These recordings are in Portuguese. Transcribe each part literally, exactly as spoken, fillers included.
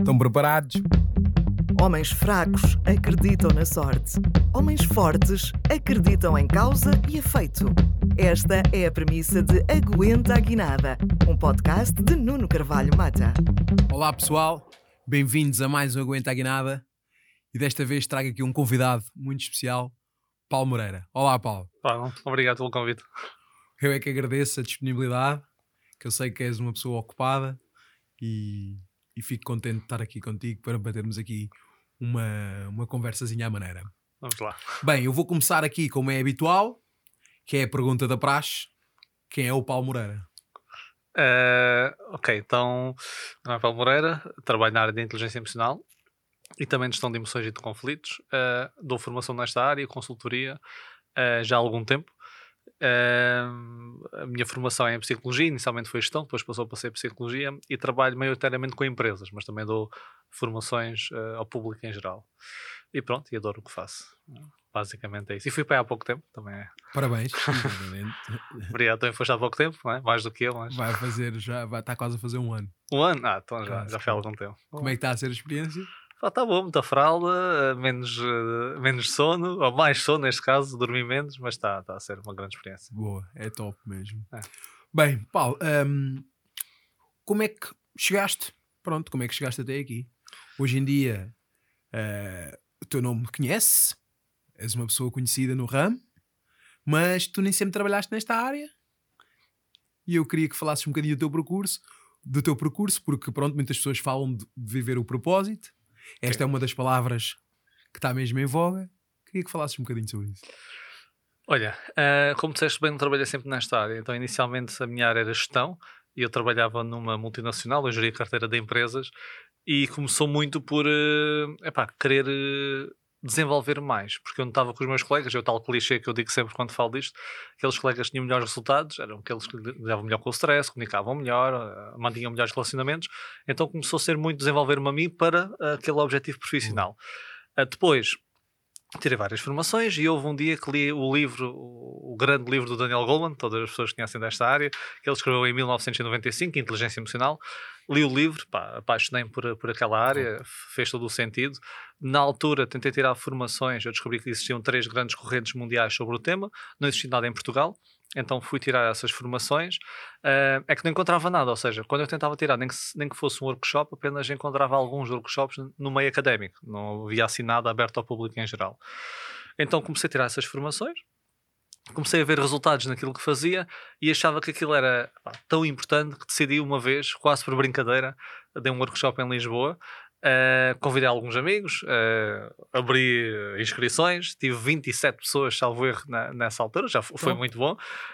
Estão preparados? Homens fracos acreditam na sorte. Homens fortes acreditam em causa e efeito. Esta é a premissa de Aguenta a Guinada, um podcast de Nuno Carvalho Mata. Olá pessoal, bem-vindos a mais um Aguenta a Guinada e desta vez trago aqui um convidado muito especial, Paulo Moreira. Olá Paulo. Olá, obrigado pelo convite. Eu é que agradeço a disponibilidade, que eu sei que és uma pessoa ocupada e, e fico contente de estar aqui contigo para batermos aqui uma, uma conversazinha à maneira. Vamos lá. Bem, eu vou começar aqui como é habitual, que é a pergunta da praxe. Quem é o Paulo Moreira? Uh, ok, então, meu nome é Paulo Moreira, trabalho na área de inteligência emocional e também gestão de emoções e de conflitos. Uh, dou formação nesta área, consultoria, uh, já há algum tempo. Uh, a minha formação é em psicologia, inicialmente foi gestão, depois passou a ser psicologia e trabalho maioritariamente com empresas, mas também dou formações uh, ao público em geral. E pronto, e adoro o que faço. Basicamente é isso. E fui para aí há pouco tempo também. É. Parabéns. Obrigado, também foste há pouco tempo, não é? Mais do que eu. Mas... Vai fazer, já vai estar quase a fazer um ano. Um ano? Ah, então já, Quase, já foi há algum tempo. Como é que está a ser a experiência? Ah, tá bom, muita fralda, menos, uh, menos sono, ou mais sono neste caso, dormi menos, mas está tá a ser uma grande experiência. Boa, é top mesmo. É. Bem, Paulo, um, como é que chegaste? Pronto, como é que chegaste até aqui? Hoje em dia, uh, o teu nome conhece, és uma pessoa conhecida no ramo, mas tu nem sempre trabalhaste nesta área. E eu queria que falasses um bocadinho do teu percurso, do teu percurso, porque pronto, muitas pessoas falam de viver o propósito. Esta okay. é uma das palavras que está mesmo em voga. Queria que falasses um bocadinho sobre isso. Olha, uh, como disseste bem, não trabalhei sempre nesta área. Então, inicialmente, a minha área era gestão e eu trabalhava numa multinacional, eu geria carteira de empresas e começou muito por uh, epá, querer uh, desenvolver mais, porque eu não estava com os meus colegas, eu tal clichê que eu digo sempre quando falo disto, aqueles colegas que tinham melhores resultados, eram aqueles que lidavam melhor com o stress, comunicavam melhor, uh, mantinham melhores relacionamentos, então começou a ser muito desenvolver-me a mim para uh, aquele objetivo profissional. Uh, depois, tirei várias formações e houve um dia que li o livro, o grande livro do Daniel Goleman, todas as pessoas conhecem desta área, que ele escreveu em mil novecentos e noventa e cinco, Inteligência Emocional. Li o livro, pá, apaixonei-me por, por aquela área, fez todo o sentido. Na altura tentei tirar formações, eu descobri que existiam três grandes correntes mundiais sobre o tema, não existia nada em Portugal, então fui tirar essas formações. Uh, é que não encontrava nada, ou seja, quando eu tentava tirar, nem que, nem que fosse um workshop, apenas encontrava alguns workshops no meio académico, não havia assim nada aberto ao público em geral. Então comecei a tirar essas formações, comecei a ver resultados naquilo que fazia e achava que aquilo era pá, tão importante que decidi uma vez, quase por brincadeira, dei um workshop em Lisboa, uh, convidei alguns amigos, uh, abri inscrições, tive vinte e sete pessoas, salvo erro, na, nessa altura, já foi, foi muito bom.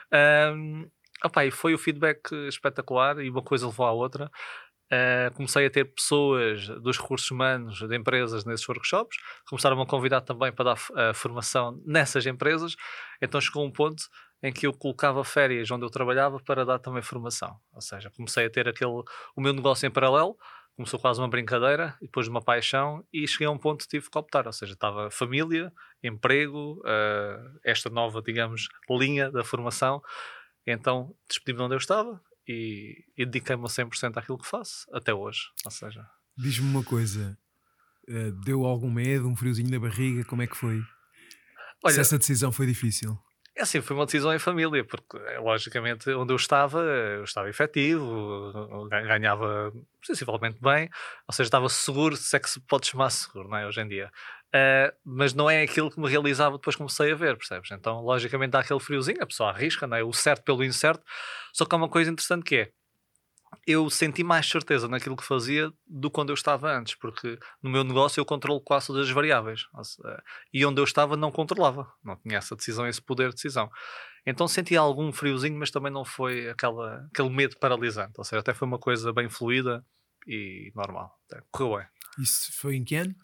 Uh, opa, e foi o feedback espetacular e uma coisa levou à outra. Uh, comecei a ter pessoas dos recursos humanos de empresas nesses workshops, começaram-me a convidar também para dar uh, formação nessas empresas, então chegou um ponto em que eu colocava férias onde eu trabalhava para dar também formação, ou seja, comecei a ter aquele, o meu negócio em paralelo, começou quase uma brincadeira, e depois de uma paixão, e cheguei a um ponto que tive que optar, ou seja, estava família, emprego, uh, esta nova, digamos, linha da formação, então despedi-me de onde eu estava, E, e dediquei-me a cem por cento àquilo que faço, até hoje, ou seja... Diz-me uma coisa, uh, deu algum medo, um friozinho na barriga, como é que foi? Olha, se essa decisão foi difícil? É assim, foi uma decisão em família, porque logicamente onde eu estava, eu estava efetivo, ganhava sensivelmente bem, ou seja, estava seguro, se é que se pode chamar seguro, não é, hoje em dia. Uh, mas não é aquilo que me realizava depois comecei a ver, percebes? Então, logicamente, dá aquele friozinho, a pessoa arrisca, não é? O certo pelo incerto, só que há uma coisa interessante que é, eu senti mais certeza naquilo que fazia do que quando eu estava antes, porque no meu negócio eu controlo quase todas as variáveis, e onde eu estava não controlava, não tinha essa decisão, esse poder de decisão. Então senti algum friozinho, mas também não foi aquela, aquele medo paralisante, ou seja, até foi uma coisa bem fluida e normal, até correu bem. Isso foi em que ano?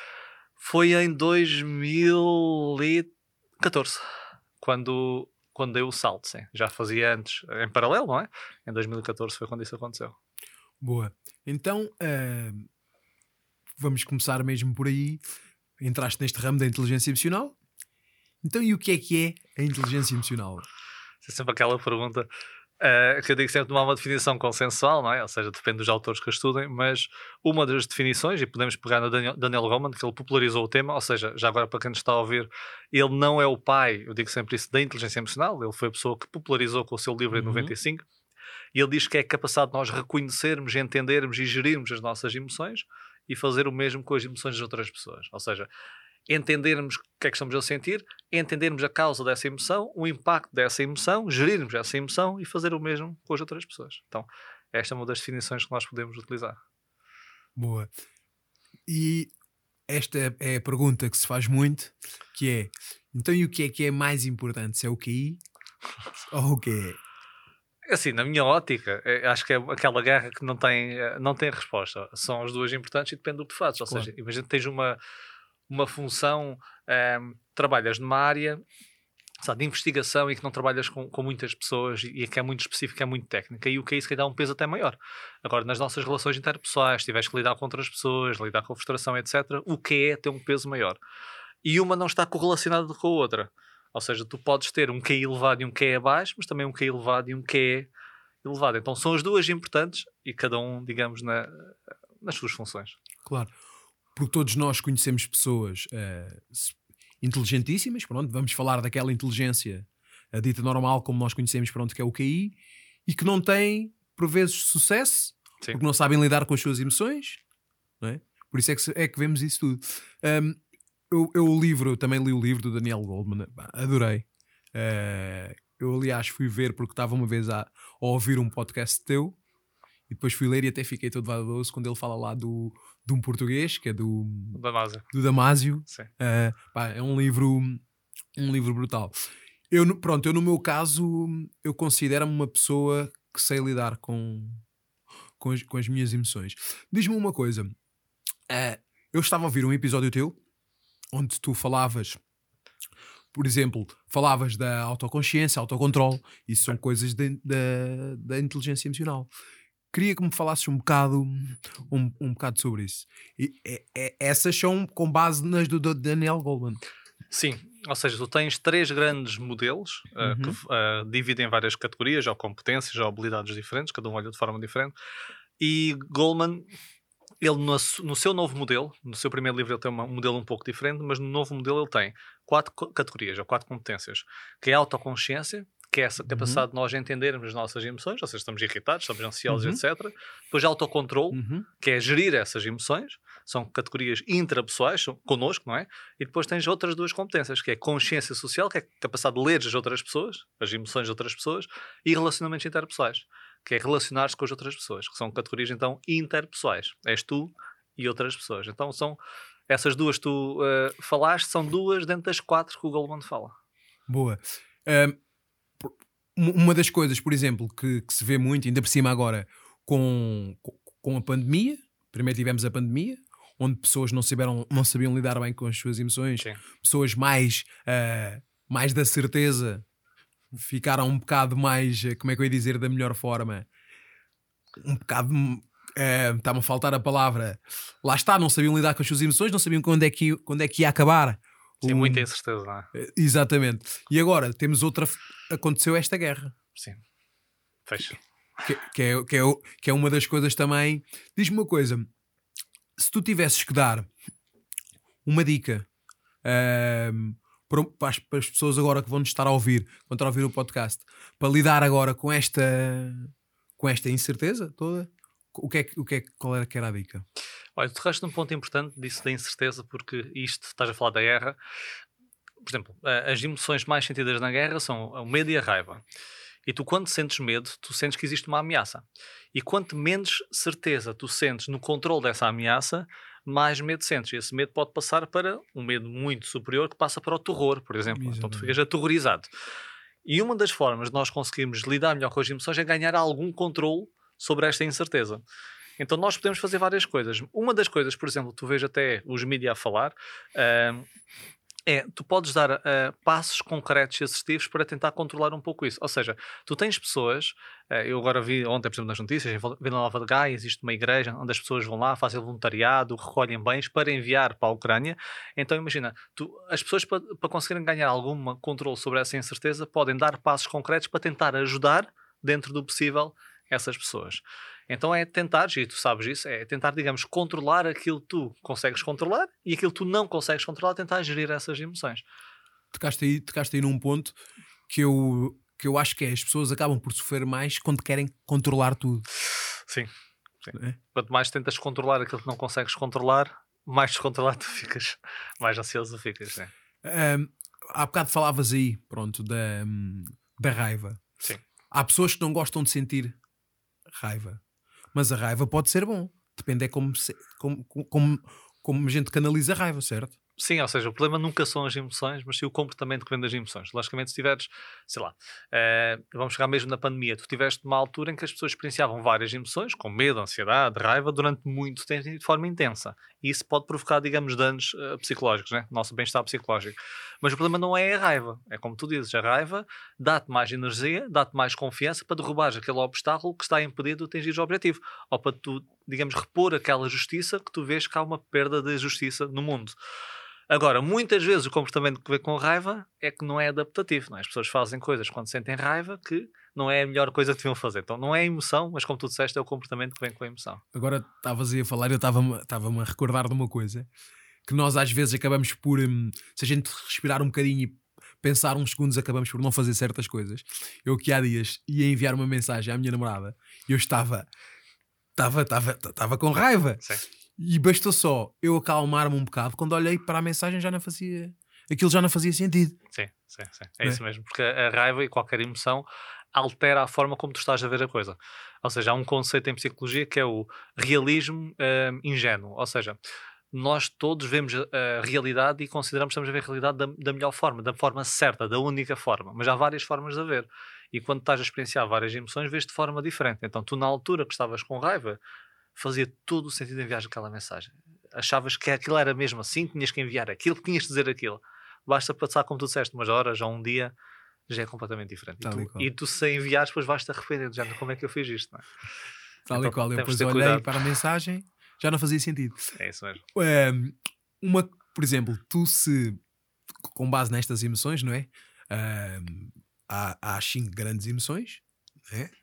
Foi em dois mil e catorze, quando... quando dei o salto, sim. Já fazia antes, em paralelo, não é? Em dois mil e catorze foi quando isso aconteceu. Boa. Então, uh, vamos começar mesmo por aí. Entraste neste ramo da inteligência emocional. Então, e o que é que é a inteligência emocional? É sempre aquela pergunta. Uh, que eu digo sempre não há uma definição consensual, não é? Ou seja, depende dos autores que a estudem, mas uma das definições, e podemos pegar no Daniel, Daniel Goleman, que ele popularizou o tema, ou seja, já agora para quem nos está a ouvir, ele não é o pai, eu digo sempre isso, da inteligência emocional, ele foi a pessoa que popularizou com o seu livro em Uhum. noventa e cinco, e ele diz que é a capacidade de nós reconhecermos, entendermos e gerirmos as nossas emoções e fazer o mesmo com as emoções das outras pessoas. Ou seja, entendermos o que é que estamos a sentir, entendermos a causa dessa emoção, o impacto dessa emoção, gerirmos essa emoção e fazer o mesmo com as outras pessoas. Então, esta é uma das definições que nós podemos utilizar. Boa. E esta é a pergunta que se faz muito, que é, então e o que é que é mais importante? Se é o Q I ou o quê? Assim, na minha ótica, é, acho que é aquela guerra que não tem, não tem resposta. São as duas importantes e depende do que tu fazes. Ou Claro. seja, imagina que tens uma... uma função, um, trabalhas numa área sabe, de investigação e que não trabalhas com, com muitas pessoas e, e que é muito específica, é muito técnica, e o que é isso que dá um peso até maior. Agora, nas nossas relações interpessoais, se tiveres que lidar com outras pessoas, lidar com a frustração, etcétera, o que é ter um peso maior. E uma não está correlacionada com a outra. Ou seja, tu podes ter um Q I elevado e um Q E abaixo, mas também um Q I elevado e um Q E elevado. Então são as duas importantes e cada um, digamos, na, nas suas funções. Claro. Porque todos nós conhecemos pessoas uh, inteligentíssimas, pronto, vamos falar daquela inteligência a dita normal como nós conhecemos, pronto, que é o Q I, e que não têm, por vezes, sucesso, Sim. porque não sabem lidar com as suas emoções, não é? Por isso é que, é que vemos isso tudo. Um, eu, eu o livro, eu também li o livro do Daniel Goleman, adorei. Uh, eu, aliás, fui ver porque estava uma vez a, a ouvir um podcast teu, e depois fui ler e até fiquei todo vaidoso quando ele fala lá do, de um português, que é do Damásio. Do Damásio. Sim. Uh, pá, é um livro, um livro brutal. Eu, pronto, eu no meu caso, eu considero-me uma pessoa que sei lidar com, com, as, com as minhas emoções. Diz-me uma coisa. Uh, eu estava a ouvir um episódio teu, onde tu falavas, por exemplo, falavas da autoconsciência, autocontrole. Isso são coisas de, da, da inteligência emocional. Queria que me falasses um bocado, um, um bocado sobre isso. E, é, é, essas são com base nas do, do Daniel Goleman. Sim, ou seja, tu tens três grandes modelos uh, Uhum. que uh, dividem em várias categorias, ou competências, ou habilidades diferentes, cada um olha de forma diferente. E Goleman, ele no, no seu novo modelo, no seu primeiro livro ele tem uma, um modelo um pouco diferente, mas no novo modelo ele tem quatro categorias, ou quatro competências, que é a autoconsciência, que é essa capacidade uhum. de nós entendermos as nossas emoções, ou seja, estamos irritados, estamos ansiosos, uhum. etcétera. Depois autocontrole, uhum. que é gerir essas emoções, são categorias intrapessoais, são connosco, não é? E depois tens outras duas competências, que é consciência social, que é a capacidade de ler as outras pessoas, as emoções de outras pessoas, e relacionamentos interpessoais, que é relacionar-se com as outras pessoas, que são categorias, então, interpessoais. És tu e outras pessoas. Então, são essas duas que tu uh, falaste, são duas dentro das quatro que o Goleman fala. Boa. Um... Uma das coisas, por exemplo, que, que se vê muito, ainda por cima agora, com, com a pandemia, primeiro tivemos a pandemia, onde pessoas não, saberam, não sabiam lidar bem com as suas emoções, Sim. pessoas mais, uh, mais da certeza ficaram um bocado mais, como é que eu ia dizer da melhor forma, um bocado, uh, está-me a faltar a palavra, lá está, não sabiam lidar com as suas emoções, não sabiam quando é que, quando é que ia acabar. Sim, um... muita incerteza, não é? Exatamente. E agora temos outra. Aconteceu esta guerra. Sim. Fecha. Que, que, é, que, é, que é uma das coisas também. Diz-me uma coisa: se tu tivesses que dar uma dica uh, para, para, as, para as pessoas agora que vão nos estar a ouvir, vão estar a ouvir o podcast, para lidar agora com esta, com esta incerteza toda, o que é, o que é, qual era que era a dica? Olha, tu tocaste num ponto importante disso da incerteza, porque isto, estás a falar da guerra, por exemplo, as emoções mais sentidas na guerra são o medo e a raiva. E tu, quando sentes medo, tu sentes que existe uma ameaça. E quanto menos certeza tu sentes no controle dessa ameaça, mais medo sentes. E esse medo pode passar para um medo muito superior, que passa para o terror, por exemplo. Exatamente. Então tu ficas aterrorizado. E uma das formas de nós conseguirmos lidar melhor com as emoções é ganhar algum controle sobre esta incerteza. Então nós podemos fazer várias coisas. Uma das coisas, por exemplo, tu vês até os mídias a falar, uh, é, tu podes dar uh, passos concretos e assertivos para tentar controlar um pouco isso. Ou seja, tu tens pessoas, uh, eu agora vi ontem, por exemplo, nas notícias, em Vila Nova de Gaia, existe uma igreja onde as pessoas vão lá, fazem voluntariado, recolhem bens para enviar para a Ucrânia. Então imagina, tu, as pessoas para, para conseguirem ganhar algum controle sobre essa incerteza podem dar passos concretos para tentar ajudar dentro do possível, essas pessoas. Então é tentar, e tu sabes isso, é tentar, digamos, controlar aquilo que tu consegues controlar e aquilo que tu não consegues controlar, tentar gerir essas emoções. Tocaste aí, tocaste aí num ponto que eu, que eu acho que é, as pessoas acabam por sofrer mais quando querem controlar tudo. Sim. Sim. É? Quanto mais tentas controlar aquilo que não consegues controlar, mais descontrolado tu ficas, mais ansioso tu ficas. Sim. Um, há bocado falavas aí, pronto, da, da raiva. Sim. Há pessoas que não gostam de sentir raiva, mas a raiva pode ser bom. Depende é como, se, como, como, como a gente canaliza a raiva, certo? Sim, ou seja, o problema nunca são as emoções, mas sim o comportamento que vem das emoções. Logicamente, se tiveres, sei lá, uh, vamos chegar mesmo na pandemia, tu tiveste uma altura em que as pessoas experienciavam várias emoções, com medo, ansiedade, raiva, durante muito tempo e de forma intensa. E isso pode provocar, digamos, danos uh, psicológicos, né? Nosso bem-estar psicológico. Mas o problema não é a raiva, é como tu dizes, a raiva dá-te mais energia, dá-te mais confiança para derrubares aquele obstáculo que está a impedir de atingir o objetivo. Ou para tu, digamos, repor aquela justiça que tu vês que há uma perda de justiça no mundo. Agora, muitas vezes o comportamento que vem com raiva é que não é adaptativo. Não é? As pessoas fazem coisas quando sentem raiva que não é a melhor coisa que deviam fazer. Então não é a emoção, mas como tu disseste, é o comportamento que vem com a emoção. Agora estavas aí a falar, eu estava-me a recordar de uma coisa, que nós às vezes acabamos por, hum, se a gente respirar um bocadinho e pensar uns segundos, acabamos por não fazer certas coisas. Eu que há dias ia enviar uma mensagem à minha namorada e eu estava, estava, estava, estava com raiva. Sim. E bastou só eu acalmar-me um bocado. Quando olhei para a mensagem já não fazia, aquilo já não fazia sentido. Sim, sim, sim. É, é isso mesmo, porque a raiva e qualquer emoção altera a forma como tu estás a ver a coisa. Ou seja, há um conceito em psicologia que é o realismo um, ingênuo. Ou seja, nós todos vemos a realidade e consideramos que estamos a ver a realidade da, da melhor forma, da forma certa, da única forma. Mas há várias formas de a ver. E quando estás a experienciar várias emoções, vês de forma diferente. Então tu, na altura que estavas com raiva, fazia todo o sentido enviar aquela mensagem. Achavas que aquilo era mesmo assim, tinhas que enviar aquilo, que tinhas de dizer aquilo. Basta passar, como tu disseste, umas horas ou um dia, já é completamente diferente. E tu, e tu, se enviares, depois vais-te arrepender, já como é que eu fiz isto, não é? Tal então, e qual. Eu depois olhei cuidado. Para a mensagem, já não fazia sentido. É isso mesmo. Um, uma, por exemplo, tu se, com base nestas emoções, não é? Um, há, há cinco grandes emoções, não é?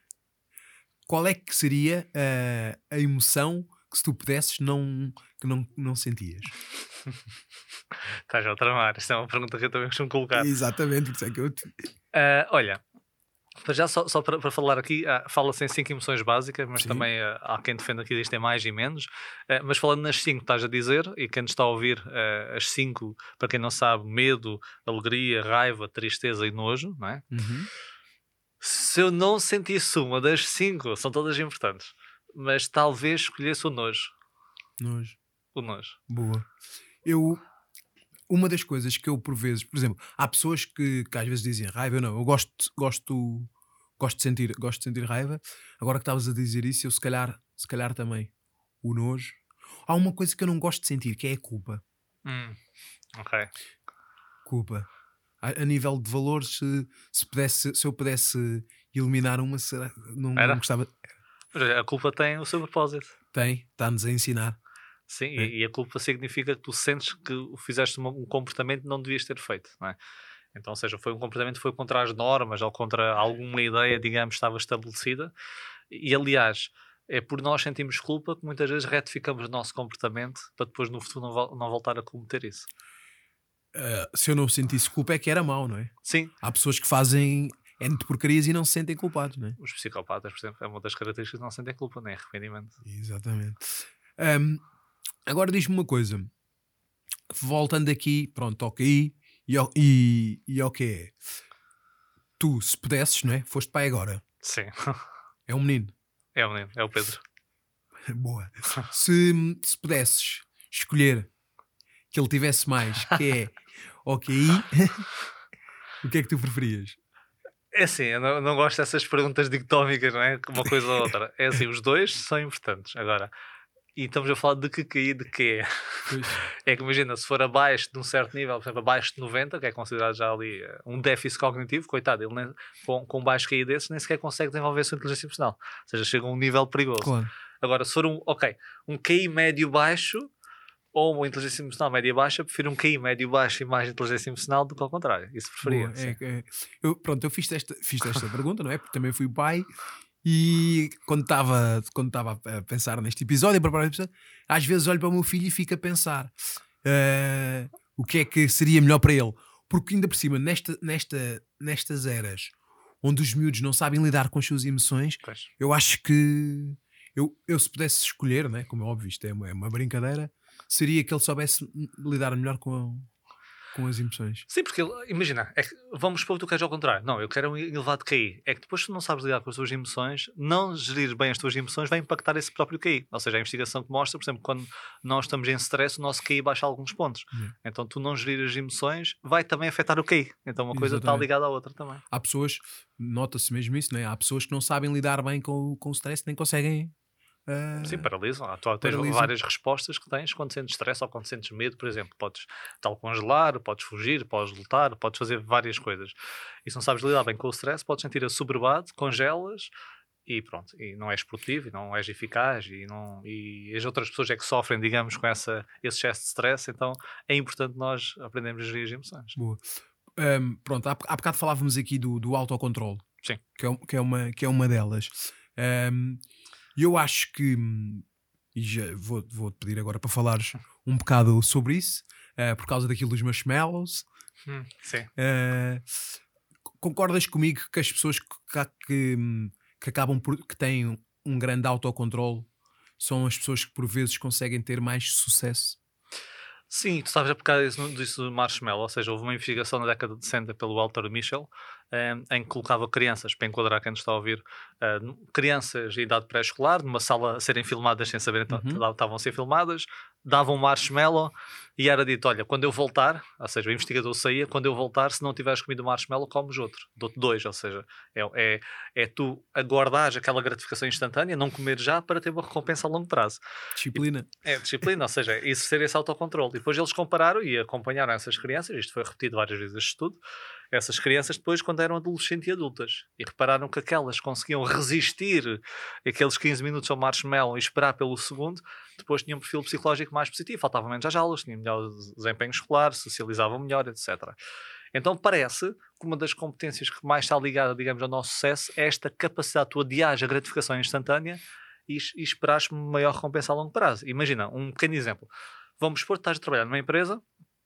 Qual é que seria uh, a emoção que se tu pudesses não, que não, não sentias? Estás a tramar. Isto é uma pergunta que eu também costumo colocar. Exatamente, por isso é que eu te... uh, Olha, já só, só para, para falar aqui, uh, fala-se em cinco emoções básicas, mas Sim. também uh, há quem defenda que existem mais e menos. Uh, mas falando nas cinco, estás a dizer, e quem nos está a ouvir, uh, as cinco, para quem não sabe, medo, alegria, raiva, tristeza e nojo, não é? Uhum. Se eu não sentisse uma das cinco, são todas importantes, mas talvez escolhesse o nojo. Nojo. O nojo. Boa. Eu, uma das coisas que eu por vezes, por exemplo, há pessoas que, que às vezes dizem raiva, eu não, eu gosto, gosto, gosto, de sentir, gosto de sentir raiva. Agora que estavas a dizer isso, eu se calhar, se calhar também o nojo. Há uma coisa que eu não gosto de sentir, que é a culpa. Hum, ok. Culpa. A, a nível de valores, se, se, pudesse, se eu pudesse eliminar uma, será, não, não gostava. Mas a culpa tem o seu propósito. Tem, está-nos a ensinar. Sim, é. e, e a culpa significa que tu sentes que fizeste uma, um comportamento que não devias ter feito, não é? Então, ou seja, foi um comportamento que foi contra as normas ou contra alguma ideia, digamos, que estava estabelecida. E, aliás, é por nós sentirmos culpa que muitas vezes retificamos o nosso comportamento para depois no futuro não, não voltar a cometer isso. Uh, se eu não sentisse culpa é que era mau, não é? Sim. Há pessoas que fazem N de porcarias e não se sentem culpados, não é? Os psicopatas, por exemplo, é uma das características que não sentem culpa, nem arrependimento. Exatamente. Um, agora diz-me uma coisa. Voltando aqui, pronto, ok, e, e, e ok. Tu, se pudesses, não é? Foste pai agora. Sim. É um menino. É um menino, é o Pedro. Boa. Se, se pudesses escolher que ele tivesse mais, que é ok, o que é que tu preferias? É assim, eu não, não gosto dessas perguntas dicotómicas, não é? Uma coisa ou outra. É assim, os dois são importantes. Agora, e estamos a falar de que cair de quê? É que imagina, se for abaixo de um certo nível, por exemplo, abaixo de noventa, que é considerado já ali um déficit cognitivo, coitado, ele nem, com, com baixo cair desses nem sequer consegue desenvolver a sua inteligência emocional. Ou seja, chega a um nível perigoso. Claro. Agora, se for um, ok, um Q I médio-baixo, ou uma inteligência emocional média-baixa, prefiro um Q I médio-baixo e mais inteligência emocional do que ao contrário. Isso preferia. Boa, é, é. Eu, pronto, eu fiz esta, fiz esta pergunta, não é? Porque também fui pai e quando estava quando estava a pensar neste episódio, a preparar este episódio, às vezes olho para o meu filho e fico a pensar uh, o que é que seria melhor para ele. Porque ainda por cima, nesta, nesta, nestas eras onde os miúdos não sabem lidar com as suas emoções, Pois. eu acho que eu, eu se pudesse escolher, né? Como é óbvio, isto é uma, é uma brincadeira, seria que ele soubesse lidar melhor com, com as emoções. Sim, porque ele- imagina, é que vamos supor que tu queres ao contrário. Não, eu quero um elevado Q I. É que depois tu não sabes lidar com as tuas emoções, não gerir bem as tuas emoções vai impactar esse próprio Q I. Ou seja, a investigação que mostra, por exemplo, quando nós estamos em stress, o nosso Q I baixa alguns pontos. Yeah. Então tu não gerir as emoções vai também afetar o Q I. Então uma coisa está Exatamente. ligada à outra também. Há pessoas, nota-se mesmo isso, né? Há pessoas que não sabem lidar bem com, com o stress, nem conseguem. Uh, Sim, paralisam. Ah, tu tens paralisam. várias respostas que tens quando sentes stress ou quando sentes medo, por exemplo. Podes tal congelar, podes fugir, podes lutar, podes fazer várias coisas. E se não sabes lidar bem com o stress, podes sentir assoberbado, congelas e pronto. E não és produtivo, e não és eficaz, e, não, e as outras pessoas é que sofrem, digamos, com essa, esse excesso de stress. Então é importante nós aprendermos a gerir as emoções. Boa. Um, pronto, há, há bocado falávamos aqui do, do autocontrole. Sim. Que é, um- que é, uma, que é uma delas. Um, E eu acho que, hum, e já vou, vou-te pedir agora para falares um bocado sobre isso, uh, por causa daquilo dos marshmallows. Hum, sim. Uh, concordas comigo que as pessoas que, que, hum, que acabam por, que têm um grande autocontrole são as pessoas que por vezes conseguem ter mais sucesso? Sim, tu estavas a pecar disso, disso do marshmallow, ou seja, houve uma investigação na década de sessenta pelo Walter Mischel, em, em que colocava crianças, para enquadrar quem nos está a ouvir, eh, crianças em idade pré-escolar, numa sala a serem filmadas sem saber então que Uhum. estavam a ser filmadas, davam um marshmallow e era dito, olha, quando eu voltar, ou seja, o investigador saía, quando eu voltar, se não tiveres comido o marshmallow, comes outro, dou-te dois, ou seja, é, é, é tu aguardares aquela gratificação instantânea, não comer já, para ter uma recompensa a longo prazo. Disciplina. É disciplina, ou seja, é isso ser esse autocontrole. E depois eles compararam e acompanharam essas crianças, isto foi repetido várias vezes este estudo, essas crianças depois quando eram adolescentes e adultas. E repararam que aquelas conseguiam resistir aqueles quinze minutos ao marshmallow e esperar pelo segundo, depois tinham um perfil psicológico mais positivo, faltavam menos às aulas, tinham melhor desempenho escolar, socializavam melhor, etcétera. Então parece que uma das competências que mais está ligada, digamos, ao nosso sucesso é esta capacidade de adiar a gratificação instantânea e, e esperares uma maior recompensa a longo prazo. Imagina, um pequeno exemplo. Vamos supor que estás a trabalhar numa empresa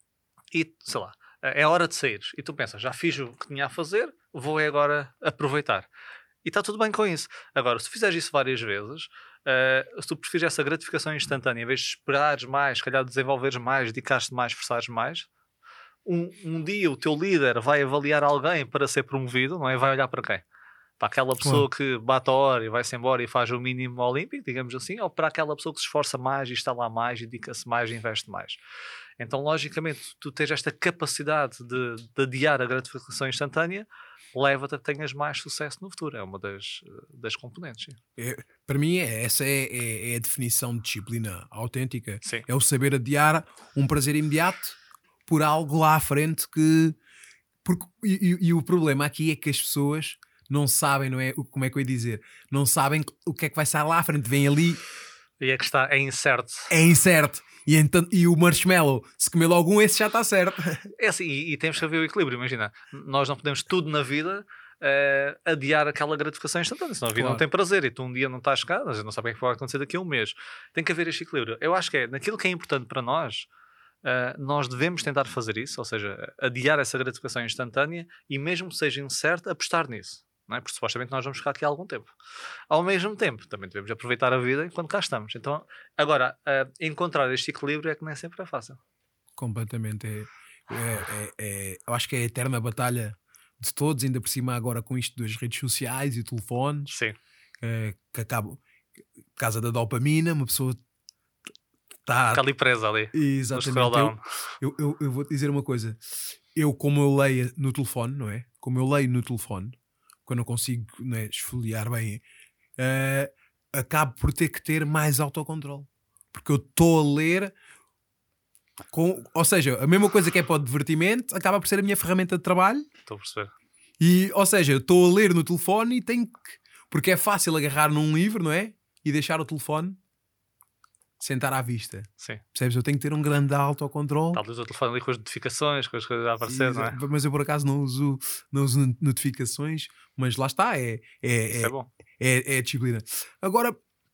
e, sei lá, é hora de sair. E tu pensas, já fiz o que tinha a fazer, vou é agora aproveitar. E está tudo bem com isso. Agora, se fizeres isso várias vezes, uh, se tu preferes essa gratificação instantânea, em vez de esperares mais, se calhar desenvolveres mais, dedicares-te mais, esforçares mais, um, um dia o teu líder vai avaliar alguém para ser promovido, não é? Vai olhar para quem? Para aquela pessoa que bate a hora e vai-se embora e faz o mínimo olímpico, digamos assim, ou para aquela pessoa que se esforça mais e está lá mais, e dedica-se mais e investe mais. Então, logicamente, tu tens esta capacidade de, de adiar a gratificação instantânea, leva-te a que tenhas mais sucesso no futuro. É uma das, das componentes. Sim. É, para mim, é, essa é, é, é a definição de disciplina autêntica. Sim. É o saber adiar um prazer imediato por algo lá à frente que... Porque, e, e, e o problema aqui é que as pessoas não sabem, não é? Como é que eu ia dizer? Não sabem o que é que vai sair lá à frente. Vem ali... E é que está, é incerto. É incerto. E, então, e o marshmallow, se comer logo um, esse já está certo. É assim, e, e temos que haver o equilíbrio. Imagina, nós não podemos tudo na vida uh, adiar aquela gratificação instantânea, senão a vida Claro. não tem prazer e tu um dia não estás cá, mas não sabes o que é que vai acontecer daqui a um mês. Tem que haver este equilíbrio. Eu acho que é naquilo que é importante para nós, uh, nós devemos tentar fazer isso, ou seja, adiar essa gratificação instantânea e mesmo que seja incerto, apostar nisso. Não é? Porque supostamente nós vamos ficar aqui há algum tempo. Ao mesmo tempo, também devemos aproveitar a vida enquanto cá estamos. Então, agora, uh, encontrar este equilíbrio é que nem sempre é fácil. Completamente. É, é, é, é, eu acho que é a eterna batalha de todos, ainda por cima agora com isto das redes sociais e telefones, Sim. é, que acabam por causa da dopamina, uma pessoa está... Fica ali presa ali. Exatamente. scroll down. Eu, eu, eu, eu vou te dizer uma coisa. Eu, como eu leio no telefone, não é? Como eu leio no telefone, quando eu consigo, não é, esfoliar bem, uh, acabo por ter que ter mais autocontrole. Porque eu estou a ler... Com, ou seja, a mesma coisa que é para o divertimento acaba por ser a minha ferramenta de trabalho. Estou a perceber. E, ou seja, eu estou a ler no telefone e tenho que... Porque é fácil agarrar num livro, não é? E deixar o telefone sentar à vista. Sim. Percebes? Eu tenho que ter um grande autocontrole. Talvez o telefone ali com as notificações, com as coisas a aparecer, não é? Mas eu por acaso não uso, não uso notificações, mas lá está, é, é, Isso é, é bom. é, é a disciplina. Agora,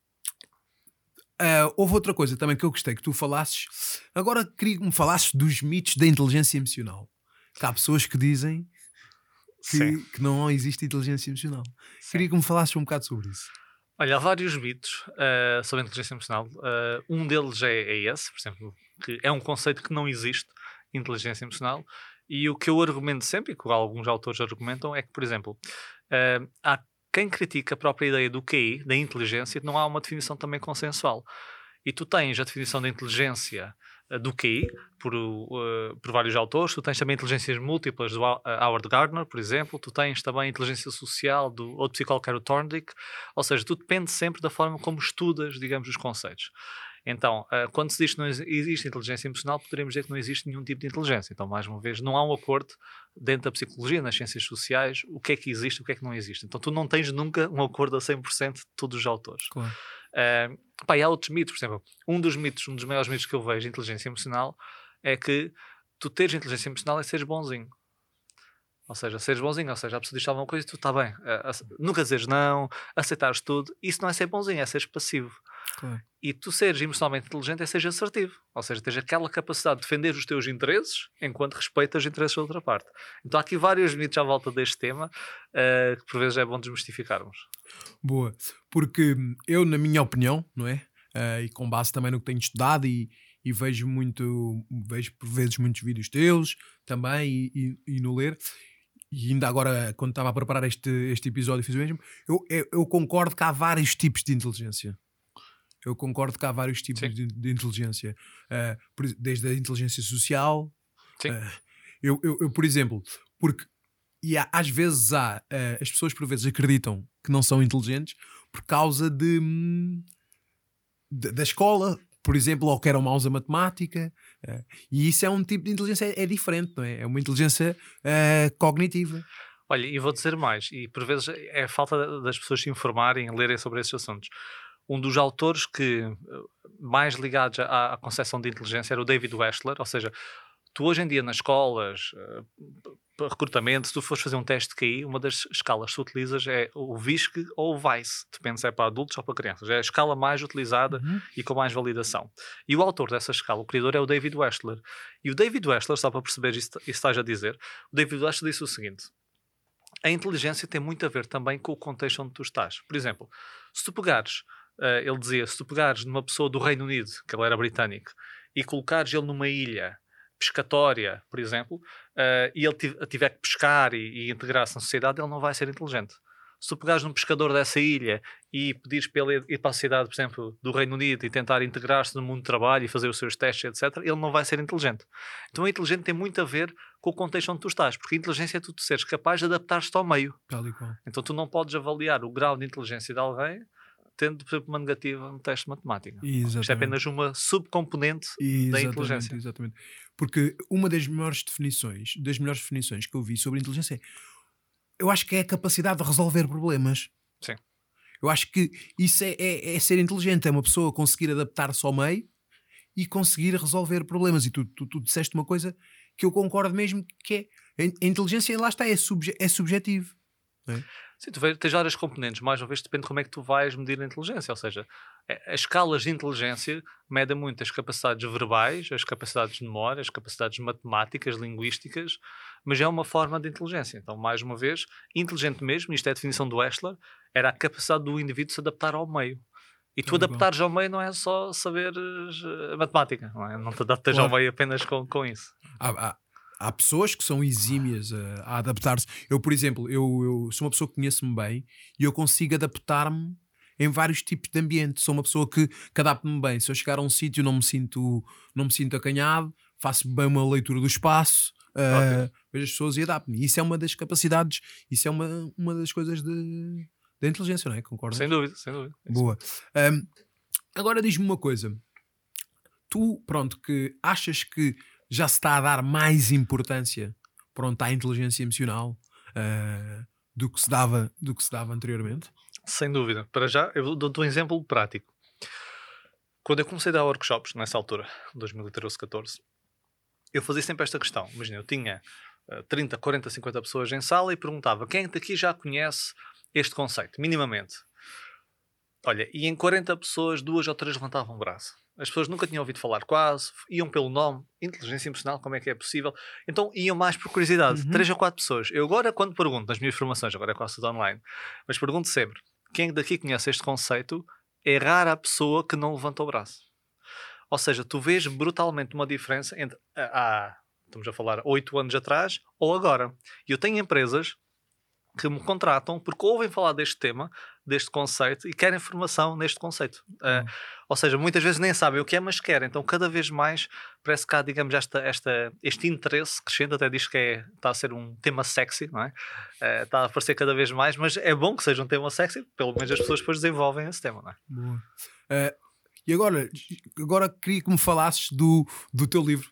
uh, houve outra coisa também que eu gostei que tu falasses. Agora queria que me falasses dos mitos da inteligência emocional. Que há pessoas que dizem que, que não existe inteligência emocional. Sim. Queria que me falasses um bocado sobre isso. Olha, há vários mitos uh, sobre a inteligência emocional. Uh, um deles é, é esse, por exemplo, que é um conceito que não existe, inteligência emocional. E o que eu argumento sempre, e que alguns autores argumentam, é que, por exemplo, uh, há quem critica a própria ideia do Q I, da inteligência, não há uma definição também consensual. E tu tens a definição da inteligência uh, do Q I, por, uh, por vários autores, tu tens também inteligências múltiplas do Howard Gardner, por exemplo, tu tens também a inteligência social do outro psicólogo que era o Thorndike, ou seja, tudo depende sempre da forma como estudas, digamos, os conceitos. Então, uh, quando se diz que não existe inteligência emocional, poderíamos dizer que não existe nenhum tipo de inteligência. Então, mais uma vez, não há um acordo dentro da psicologia, nas ciências sociais, o que é que existe e o que é que não existe. Então, tu não tens nunca um acordo a cem por cento de todos os autores. Claro. Uh, pá, e há outros mitos, por exemplo, um dos mitos, um dos maiores mitos que eu vejo de inteligência emocional é que tu teres inteligência emocional é seres bonzinho. Ou seja, seres bonzinho, ou seja, a pessoa diz alguma coisa e tu está bem. Uh, nunca dizes não, aceitares tudo. Isso não é ser bonzinho, é seres passivo. Claro. E tu seres emocionalmente inteligente é seres assertivo. Ou seja, tens aquela capacidade de defender os teus interesses enquanto respeitas os interesses da outra parte. Então há aqui vários mitos à volta deste tema uh, que por vezes é bom desmistificarmos. Boa, porque eu, na minha opinião, não é? Uh, e com base também no que tenho estudado e, e vejo muito, vejo por vezes muitos vídeos teus também e, e, e no ler, e ainda agora quando estava a preparar este, este episódio fiz o mesmo, eu, eu, eu concordo que há vários tipos de inteligência. Eu concordo que há vários tipos de, de inteligência, uh, desde a inteligência social. Sim. Uh, eu, eu, eu, por exemplo, porque e há, às vezes há, uh, as pessoas por vezes acreditam que não são inteligentes por causa de, de da escola, por exemplo, ou que eram maus a matemática, uh, e isso é um tipo de inteligência, é, é diferente, não é? É uma inteligência uh, cognitiva. Olha, e vou dizer mais, e por vezes é a falta das pessoas se informarem, lerem sobre esses assuntos. Um dos autores que mais ligados à, à concepção de inteligência era o David Wechsler, ou seja, tu hoje em dia nas escolas, uh, recrutamento, se tu fores fazer um teste de Q I, uma das escalas que tu utilizas é o V I S C ou o VICE, depende se é para adultos ou para crianças, é a escala mais utilizada uhum. e com mais validação. E o autor dessa escala, o criador, é o David Wechsler. E o David Wechsler, só para perceber isso, isso estás a dizer, o David Wechsler disse o seguinte: a inteligência tem muito a ver também com o contexto onde tu estás. Por exemplo, se tu pegares Uh, ele dizia, se tu pegares numa pessoa do Reino Unido, que ele era britânico, e colocares ele numa ilha pescatória, por exemplo, uh, e ele tiver que pescar e, e integrar-se na sociedade, ele não vai ser inteligente. Se tu pegares num pescador dessa ilha e pedires para ele ir para a sociedade, por exemplo, do Reino Unido e tentar integrar-se no mundo do trabalho e fazer os seus testes, etcétera, ele não vai ser inteligente. Então a inteligência tem muito a ver com o contexto onde tu estás, porque a inteligência é tu seres capaz de adaptar-te ao meio. Então tu não podes avaliar o grau de inteligência de alguém tendo, por exemplo, uma negativa no teste de matemática. Exatamente. Isto é apenas uma subcomponente exatamente, da inteligência. Exatamente. Porque uma das melhores definições, das melhores definições que eu vi sobre inteligência é, eu acho que é a capacidade de resolver problemas. Sim. Eu acho que isso é, é, é ser inteligente, é uma pessoa conseguir adaptar-se ao meio e conseguir resolver problemas. E tu, tu, tu disseste uma coisa que eu concordo mesmo, que é a inteligência, lá está, é, subje, é subjetivo. É? Sim, tu tens várias componentes, mais uma vez depende de como é que tu vais medir a inteligência, ou seja, as escalas de inteligência medem muito as capacidades verbais, as capacidades de memória, as capacidades matemáticas, linguísticas, mas é uma forma de inteligência. Então, mais uma vez, inteligente mesmo, isto é a definição do Wechsler, era a capacidade do indivíduo se adaptar ao meio. E tu adaptares ao meio não é só saberes matemática, não é? Não te adaptas claro. ao meio apenas com, com isso. Ah, ah. Há pessoas que são exímias a, a adaptar-se. Eu, por exemplo, eu, eu sou uma pessoa que conheço-me bem e eu consigo adaptar-me em vários tipos de ambiente. Sou uma pessoa que, que adapta-me bem. Se eu chegar a um sítio não me sinto, não me sinto acanhado, faço bem uma leitura do espaço, uh, okay. vejo as pessoas e adapto-me. Isso é uma das capacidades, isso é uma, uma das coisas de, da inteligência, não é? Concordas? Sem dúvida, sem dúvida. Boa. Um, agora diz-me uma coisa. Tu, pronto, que achas que já se está a dar mais importância, pronto, à inteligência emocional uh, do, que se dava, do que se dava anteriormente? Sem dúvida. Para já, eu dou-te um exemplo prático. quando eu comecei a dar workshops, nessa altura, dois mil e treze, catorze, eu fazia sempre esta questão. Imagina, eu tinha uh, trinta, quarenta, cinquenta pessoas em sala e perguntava quem daqui já conhece este conceito, minimamente. Olha, e em quarenta pessoas, duas ou três levantavam o braço. As pessoas nunca tinham ouvido falar quase, iam pelo nome, inteligência emocional, como é que é possível. Então iam mais por curiosidade, Uhum. três ou quatro pessoas. Eu agora, quando pergunto nas minhas formações, agora é quase tudo online, mas pergunto sempre, quem daqui conhece este conceito, é rara a pessoa que não levanta o braço. Ou seja, tu vês brutalmente uma diferença entre há, estamos a falar, oito anos atrás ou agora. E eu tenho empresas que me contratam porque ouvem falar deste tema, deste conceito e querem formação neste conceito. Uhum. Uh, ou seja, muitas vezes nem sabem o que é, mas querem. Então, cada vez mais parece que há, digamos, esta, esta, este interesse crescendo, até diz que é, está a ser um tema sexy, não é? Uh, está a aparecer cada vez mais, mas é bom que seja um tema sexy, pelo menos as pessoas depois desenvolvem esse tema, não é? Boa. Uh, e agora, agora queria que me falasses do, do teu livro.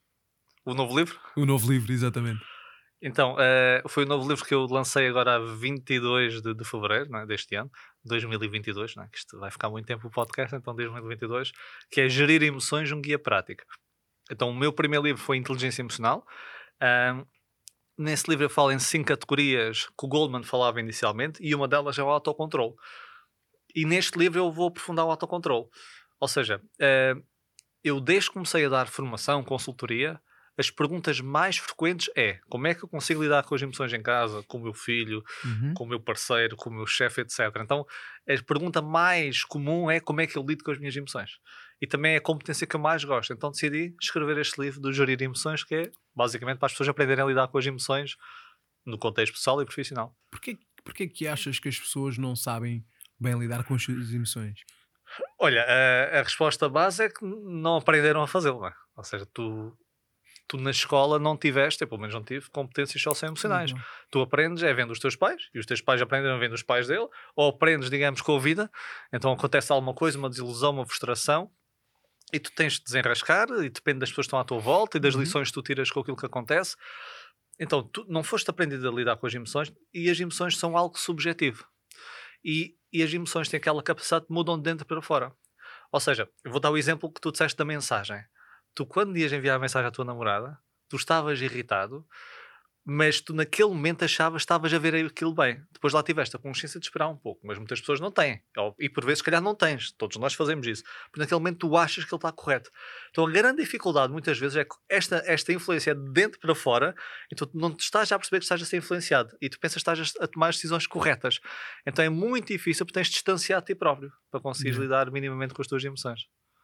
O novo livro? O novo livro, exatamente. Então, uh, foi o novo livro que eu lancei agora a vinte e dois de, de fevereiro, não é, deste ano, dois mil e vinte e dois, não é, que isto vai ficar muito tempo o podcast, então dois mil e vinte e dois, que é Gerir Emoções, um guia prático. Então, o meu primeiro livro foi Inteligência Emocional. Um, nesse livro eu falo em cinco categorias que o Goldman falava inicialmente, e uma delas é o autocontrole. E neste livro eu vou aprofundar o autocontrole. Ou seja, uh, eu desde que comecei a dar formação, consultoria, as perguntas mais frequentes é como é que eu consigo lidar com as emoções em casa, com o meu filho, Uhum. com o meu parceiro, com o meu chefe, etcétera. Então, a pergunta mais comum é como é que eu lido com as minhas emoções. E também é a competência que eu mais gosto. Então decidi escrever este livro do Gerir Emoções, que é basicamente para as pessoas aprenderem a lidar com as emoções no contexto pessoal e profissional. Porquê, porquê que achas que as pessoas não sabem bem lidar com as suas emoções? Olha, a, a resposta base é que não aprenderam a fazê-lo, não é? Ou seja, tu... tu na escola não tiveste, eu pelo menos não tive, competências socioemocionais. Uhum. Tu aprendes é vendo os teus pais, e os teus pais aprenderam vendo os pais dele, ou aprendes, digamos, com a vida, então acontece alguma coisa, uma desilusão, uma frustração, e tu tens de desenrascar, e depende das pessoas que estão à tua volta, e das Uhum. lições que tu tiras com aquilo que acontece. Então, tu não foste aprendido a lidar com as emoções, e as emoções são algo subjetivo. E, e as emoções têm aquela capacidade de mudam de dentro para fora. Ou seja, eu vou dar o exemplo que tu disseste da mensagem. Tu, quando ias enviar a mensagem à tua namorada, tu estavas irritado, mas tu naquele momento achavas que estavas a ver aquilo bem. Depois lá tiveste a consciência de esperar um pouco, mas muitas pessoas não têm. E por vezes, se calhar, não tens. Todos nós fazemos isso. Porque naquele momento tu achas que ele está correto. Então a grande dificuldade, muitas vezes, é que esta, esta influência é de dentro para fora, então tu não te estás já a perceber que estás a ser influenciado. E tu pensas que estás a tomar as decisões corretas. Então é muito difícil porque tens de distanciar de ti próprio para conseguires Uhum. lidar minimamente com as tuas emoções.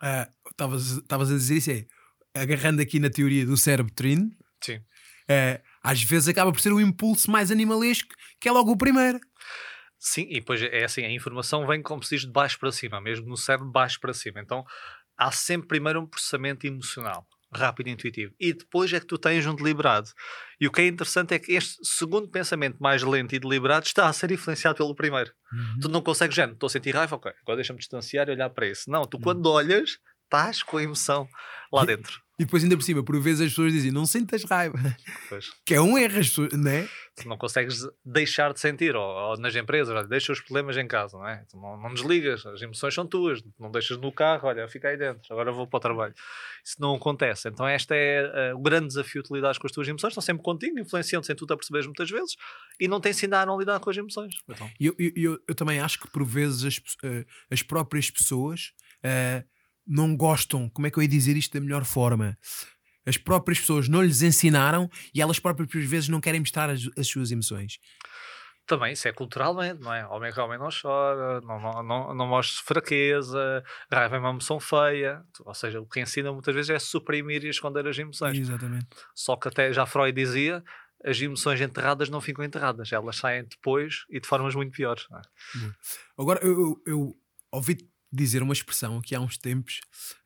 Estavas uh, a dizer isso, é agarrando aqui na teoria do cérebro trino. Sim. Uh, às vezes acaba por ser o impulso mais animalesco, que é logo o primeiro. Sim, e depois é assim, a informação vem, como se diz, de baixo para cima, mesmo no cérebro de baixo para cima. Então há sempre primeiro um processamento emocional, rápido e intuitivo, e depois é que tu tens um deliberado. E o que é interessante é que este segundo pensamento mais lento e deliberado está a ser influenciado pelo primeiro. Uhum. Tu não consegues, já, estou a sentir raiva, ok, agora deixa-me distanciar e olhar para isso. Não, tu Uhum. quando olhas, estás com a emoção lá dentro. E depois ainda por cima, por vezes as pessoas dizem, não sintas raiva. Pois. Que é um erro, as pessoas, não é? Tu não consegues deixar de sentir, ou, ou nas empresas, olha, deixa os problemas em casa, não é? Tu não, não desligas, as emoções são tuas, não deixas no carro, olha, fica aí dentro, agora vou para o trabalho. Isso não acontece. Então este é uh, o grande desafio de lidar com as tuas emoções, estão sempre contigo, influenciando sem tu te aperceberes muitas vezes, e não te ensinaram a lidar com as emoções. Então, E eu, eu, eu, eu também acho que por vezes as, uh, as próprias pessoas uh, não gostam, como é que eu ia dizer isto da melhor forma? As próprias pessoas não lhes ensinaram e elas próprias por vezes não querem mostrar as, as suas emoções. também isso é culturalmente, não é? Homem que homem não chora, não, não, não, não mostra fraqueza, raiva é uma emoção feia. Ou seja, o que ensina muitas vezes é suprimir e esconder as emoções. Exatamente. Só que até já Freud dizia, as emoções enterradas não ficam enterradas, elas saem depois e de formas muito piores. Não é? Agora, eu, eu, eu ouvi dizer uma expressão aqui há uns tempos,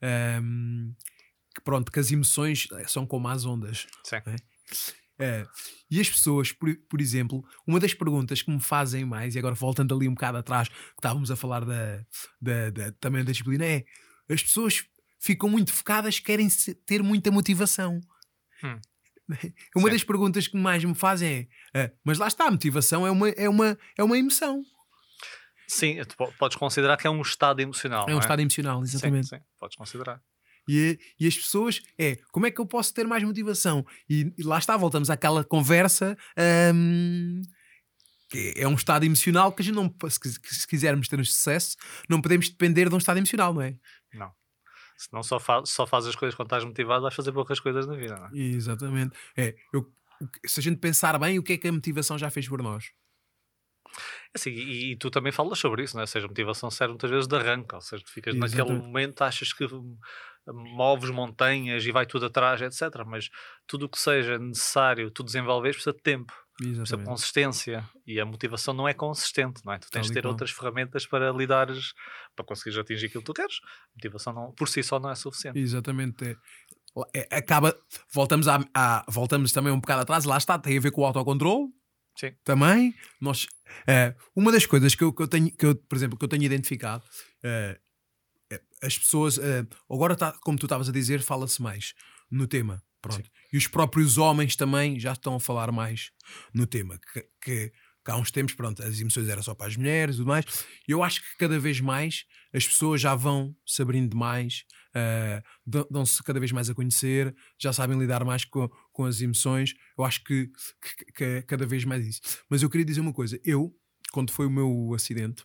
um, que pronto, que as emoções são como as ondas. Sim. É? É, e as pessoas, por, por exemplo, uma das perguntas que me fazem mais, e agora voltando ali um bocado atrás, que estávamos a falar da, da, da, também da disciplina, é as pessoas ficam muito focadas, querem ter muita motivação. Hum. Uma Sim. das perguntas que mais me fazem é, é mas lá está, a motivação é uma, é uma, é uma emoção. Sim, tu podes considerar que é um estado emocional. É um não estado emocional, exatamente. Sim, sim. podes considerar. E, e as pessoas, é, como é que eu posso ter mais motivação? E, e lá está, voltamos àquela conversa, hum, que é um estado emocional que a gente não, se, se quisermos ter um sucesso, não podemos depender de um estado emocional, não é? Não. Se não só, fa só fazes as coisas quando estás motivado, vais fazer poucas coisas na vida, não é? Exatamente. É, eu, se a gente pensar bem, o que é que a motivação já fez por nós? Assim, e, e tu também falas sobre isso, não é? Ou seja, a motivação serve muitas vezes de arranque, ou seja, tu ficas Exatamente. naquele momento, achas que moves montanhas e vai tudo atrás, etcétera. Mas tudo o que seja necessário tu desenvolveres precisa de tempo, precisa de Exatamente. consistência, e a motivação não é consistente, não é? Tu tens Tal de e ter qual. outras ferramentas para lidares, para conseguires atingir aquilo que tu queres. A motivação não, por si só não é suficiente. Exatamente. É. É, acaba, voltamos, a, a, voltamos também um bocado atrás, lá está, tem a ver com o autocontrole. Sim. Também, nós, uh, uma das coisas que eu, que eu tenho, que eu, por exemplo, que eu tenho identificado, uh, as pessoas, uh, agora tá, como tu estavas a dizer, fala-se mais no tema, pronto. Sim. E os próprios homens também já estão a falar mais no tema, que, que, que há uns tempos, pronto, as emoções eram só para as mulheres e tudo mais. E eu acho que cada vez mais as pessoas já vão se abrindo mais, uh, dão-se cada vez mais a conhecer, já sabem lidar mais com, com as emoções. Eu acho que, que, que é cada vez mais isso. Mas eu queria dizer uma coisa, eu, quando foi o meu acidente,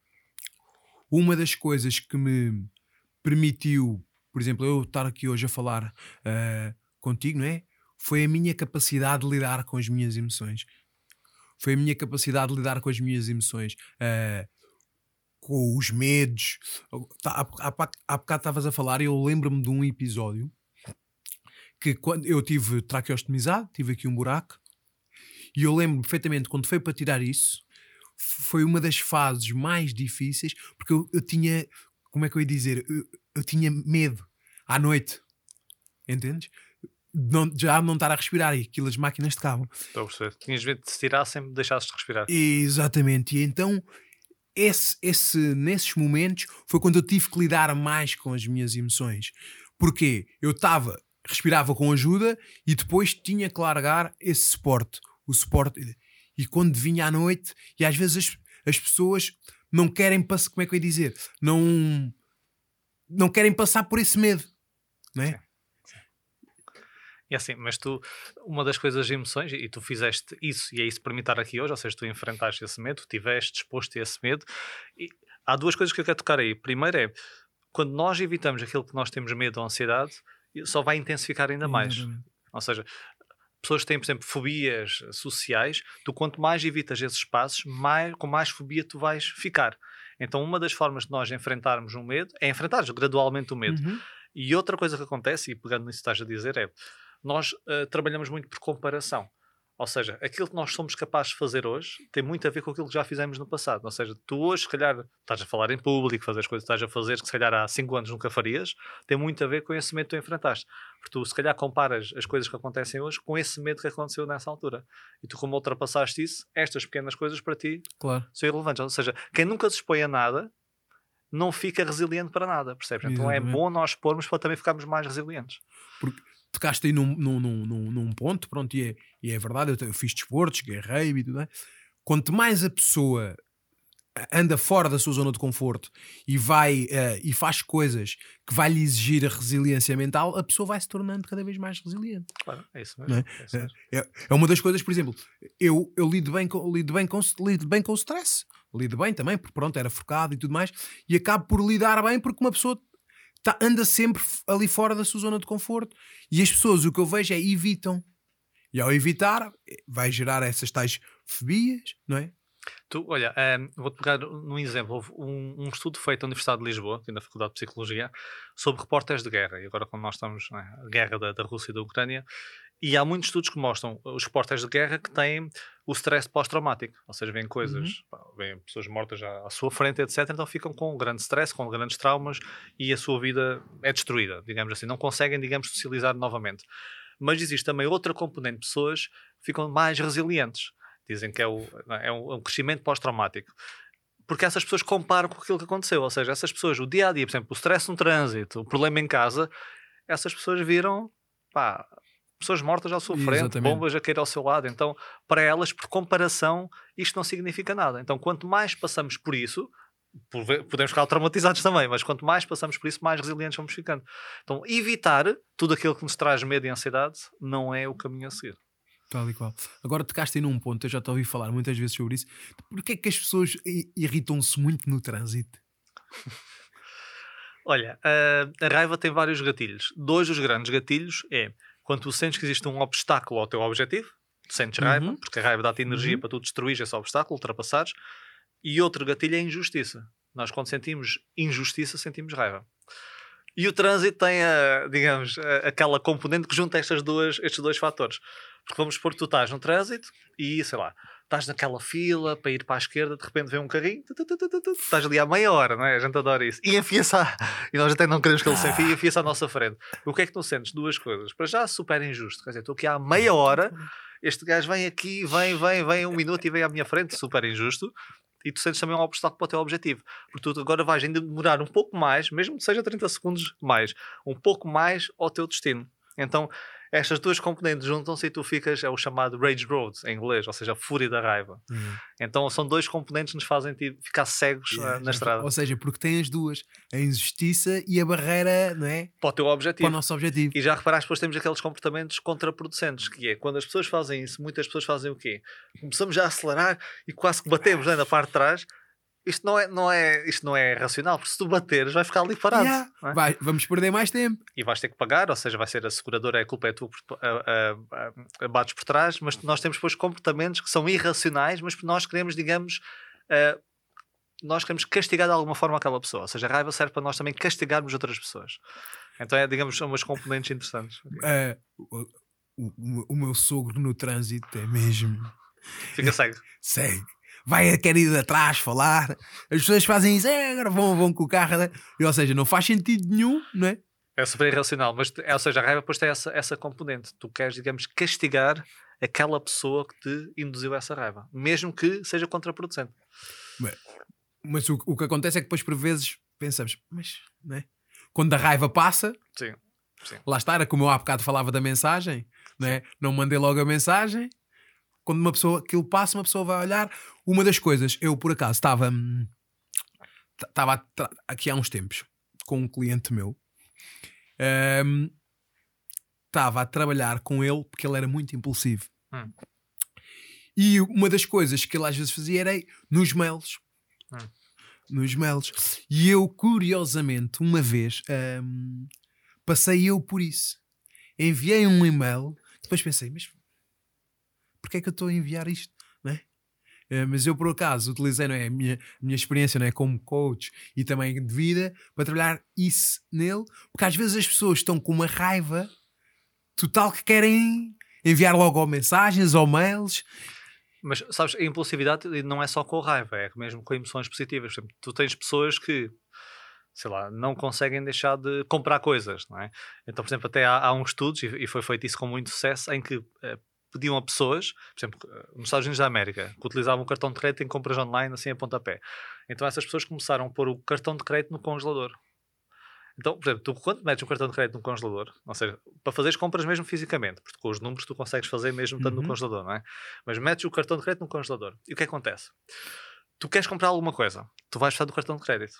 uma das coisas que me permitiu, por exemplo, eu estar aqui hoje a falar uh, contigo, não é? Foi a minha capacidade de lidar com as minhas emoções. Foi a minha capacidade de lidar com as minhas emoções. Uh, com os medos. Há, há, há bocado estavas a falar e eu lembro-me de um episódio que quando eu tive traqueostomizado, tive aqui um buraco, e eu lembro-me perfeitamente quando foi para tirar isso, foi uma das fases mais difíceis, porque eu, eu tinha, como é que eu ia dizer, eu, eu tinha medo à noite, entendes? Não, já não estar a respirar e aquilo as máquinas tocavam. Estou a perceber. Tinhas medo de se tirar sempre deixasses de respirar. Exatamente, e então esse, esse, nesses momentos foi quando eu tive que lidar mais com as minhas emoções. Porque eu estava, respirava com ajuda e depois tinha que largar esse suporte, o suporte. E quando vinha à noite, e às vezes as, as pessoas não querem passar, como é que eu ia dizer? Não, não querem passar por esse medo, não é? Sim. E assim, mas tu, uma das coisas de emoções, e tu fizeste isso, e é isso para mim estar aqui hoje, ou seja, tu enfrentaste esse medo, tiveste exposto a esse medo, e há duas coisas que eu quero tocar aí. Primeiro é, quando nós evitamos aquilo que nós temos medo ou ansiedade, só vai intensificar ainda mais. Exatamente. Ou seja, pessoas que têm, por exemplo, fobias sociais, tu quanto mais evitas esses espaços, mais, com mais fobia tu vais ficar. Então uma das formas de nós enfrentarmos um medo, é enfrentarmos gradualmente o medo. Uhum. E outra coisa que acontece, e pegando nisso que estás a dizer, é nós uh, trabalhamos muito por comparação. Ou seja, aquilo que nós somos capazes de fazer hoje tem muito a ver com aquilo que já fizemos no passado. Ou seja, tu hoje, se calhar, estás a falar em público, fazer as coisas que estás a fazer que se calhar há cinco anos nunca farias, tem muito a ver com esse medo que tu enfrentaste. Porque tu, se calhar, comparas as coisas que acontecem hoje com esse medo que aconteceu nessa altura. E tu, como ultrapassaste isso, estas pequenas coisas para ti Claro. são irrelevantes. Ou seja, quem nunca se expõe a nada não fica resiliente para nada, percebes? Então Exatamente. é bom nós expormos para também ficarmos mais resilientes. Porque tocaste aí num, num, num, num ponto, pronto, e é, e é verdade, eu, te- eu fiz desportos, guerrei e tudo, né? Quanto mais a pessoa anda fora da sua zona de conforto e vai eh, e faz coisas que vai lhe exigir a resiliência mental, a pessoa vai se tornando cada vez mais resiliente. Claro, é isso Não mesmo. é? É isso mesmo. É, é uma das coisas, por exemplo, eu, eu lido, bem com, lido, bem com, lido bem com o stress, lido bem também, porque pronto, era focado e tudo mais, e acabo por lidar bem porque uma pessoa tá, anda sempre f- ali fora da sua zona de conforto, e as pessoas, o que eu vejo é evitam, e ao evitar vai gerar essas tais fobias, não é? Tu, olha, ehm, vou-te pegar num exemplo. Houve um, um estudo feito na Universidade de Lisboa, aqui na Faculdade de Psicologia, sobre repórteres de guerra. E agora, quando nós estamos na guerra da, da Rússia e da Ucrânia, e há muitos estudos que mostram os repórteres de guerra que têm o stress pós-traumático. Ou seja, vêm coisas, pá, vêm pessoas mortas à, à sua frente, etcétera. Então ficam com grande stress, com grandes traumas e a sua vida é destruída, digamos assim. Não conseguem, digamos, socializar novamente. Mas existe também outra componente de pessoas que ficam mais resilientes. Dizem que é, o, é um, é um crescimento pós-traumático. Porque essas pessoas comparam com aquilo que aconteceu. Ou seja, essas pessoas, o dia a dia, por exemplo, o stress no trânsito, o problema em casa, essas pessoas viram, pá, pessoas mortas à sua frente, Exatamente. bombas a cair ao seu lado. Então, para elas, por comparação, isto não significa nada. Então, quanto mais passamos por isso, podemos ficar traumatizados também, mas quanto mais passamos por isso, mais resilientes vamos ficando. Então, evitar tudo aquilo que nos traz medo e ansiedade não é o caminho a seguir. Tal e qual. Agora tocaste aí num ponto, eu já te ouvi falar muitas vezes sobre isso. Porquê é que as pessoas irritam-se muito no trânsito? Olha, a, a raiva tem vários gatilhos. Dois dos grandes gatilhos é quando tu sentes que existe um obstáculo ao teu objetivo, tu sentes Uhum. raiva, porque a raiva dá-te energia Uhum. para tu destruir esse obstáculo, ultrapassares. E outro gatilho é a injustiça. Nós, quando sentimos injustiça, sentimos raiva. E o trânsito tem, a, digamos, a, aquela componente que junta estas duas, estes dois fatores. Porque vamos supor que tu estás no trânsito e, sei lá, estás naquela fila para ir para a esquerda, de repente vem um carrinho, tu, tu, tu, tu, tu, tu, estás ali há meia hora, não é? A gente adora isso. E enfia-se a... E nós até não queremos que ele se enfie, enfia-se à nossa frente. O que é que tu sentes? Duas coisas. Para já, super injusto. Quer dizer, estou aqui há meia hora, este gajo vem aqui, vem, vem, vem um minuto e vem à minha frente, super injusto. E tu sentes também um obstáculo para o teu objetivo. Porque tu agora vais ainda demorar um pouco mais, mesmo que seja trinta segundos mais, um pouco mais ao teu destino. Então, estas duas componentes juntam-se e tu ficas, é o chamado Rage Road, em inglês, ou seja, a fúria da raiva. Uhum. Então, são dois componentes que nos fazem tipo, ficar cegos Yeah, uh, na já- estrada. Ou seja, porque tem as duas, a injustiça e a barreira, não é? Para o teu Para objetivo. o nosso objetivo. E já reparaste, depois temos aqueles comportamentos contraproducentes, que é, quando as pessoas fazem isso, muitas pessoas fazem o quê? Começamos já a acelerar e quase que batemos, né, na parte de trás. Isto não é, não é, isto não é racional, porque se tu bateres, vai ficar ali parado. Yeah. Não é? Vai, vamos perder mais tempo. E vais ter que pagar, ou seja, vai ser a seguradora, a culpa é tu, a, a, a, a bates por trás, mas nós temos depois comportamentos que são irracionais, mas nós queremos, digamos, uh, nós queremos castigar de alguma forma aquela pessoa, ou seja, a raiva serve para nós também castigarmos outras pessoas. Então é, digamos, são umas componentes interessantes. Uh, o, o, o meu sogro no trânsito é mesmo Fica cego. segue. Vai a querer ir de atrás falar. As pessoas fazem isso, é, agora vão, vão com o carro. Né? E, ou seja, não faz sentido nenhum, não é? É super irracional, mas é, ou seja, a raiva depois tem essa, essa componente. Tu queres, digamos, castigar aquela pessoa que te induziu essa raiva, mesmo que seja contraproducente. Mas, mas o, o que acontece é que depois, por vezes, pensamos, mas, não é? Quando a raiva passa, Sim, sim. lá está, era como eu há bocado falava da mensagem, não é? Não mandei logo a mensagem. Quando uma pessoa, aquilo passa, uma pessoa vai olhar. Uma das coisas, eu por acaso estava estava aqui há uns tempos com um cliente meu, um, estava a trabalhar com ele porque ele era muito impulsivo. Hum. E uma das coisas que ele às vezes fazia era nos mails. Hum. Nos mails. E eu, curiosamente, uma vez um, passei eu por isso. Enviei um e-mail, depois pensei, mas porque é que eu estou a enviar isto? Não é? Uh, mas eu, por acaso, utilizei, não é, a minha, minha experiência, não é, como coach e também de vida para trabalhar isso nele, porque às vezes as pessoas estão com uma raiva total que querem enviar logo mensagens ou mails. Mas, sabes, a impulsividade não é só com raiva, é mesmo com emoções positivas. Por exemplo, tu tens pessoas que, sei lá, não conseguem deixar de comprar coisas, não é? Então, por exemplo, até há, há uns estudos, e, e foi feito isso com muito sucesso, em que eh, pediam a pessoas, por exemplo, nos Estados Unidos da América, que utilizavam o cartão de crédito em compras online, assim a pontapé. Então essas pessoas começaram a pôr o cartão de crédito no congelador. Então, por exemplo, tu quando metes um cartão de crédito no congelador, ou seja, para fazeres compras mesmo fisicamente, porque com os números tu consegues fazer mesmo estando Uhum. no congelador, não é? Mas metes o cartão de crédito no congelador. E o que acontece? Tu queres comprar alguma coisa, tu vais precisar do cartão de crédito.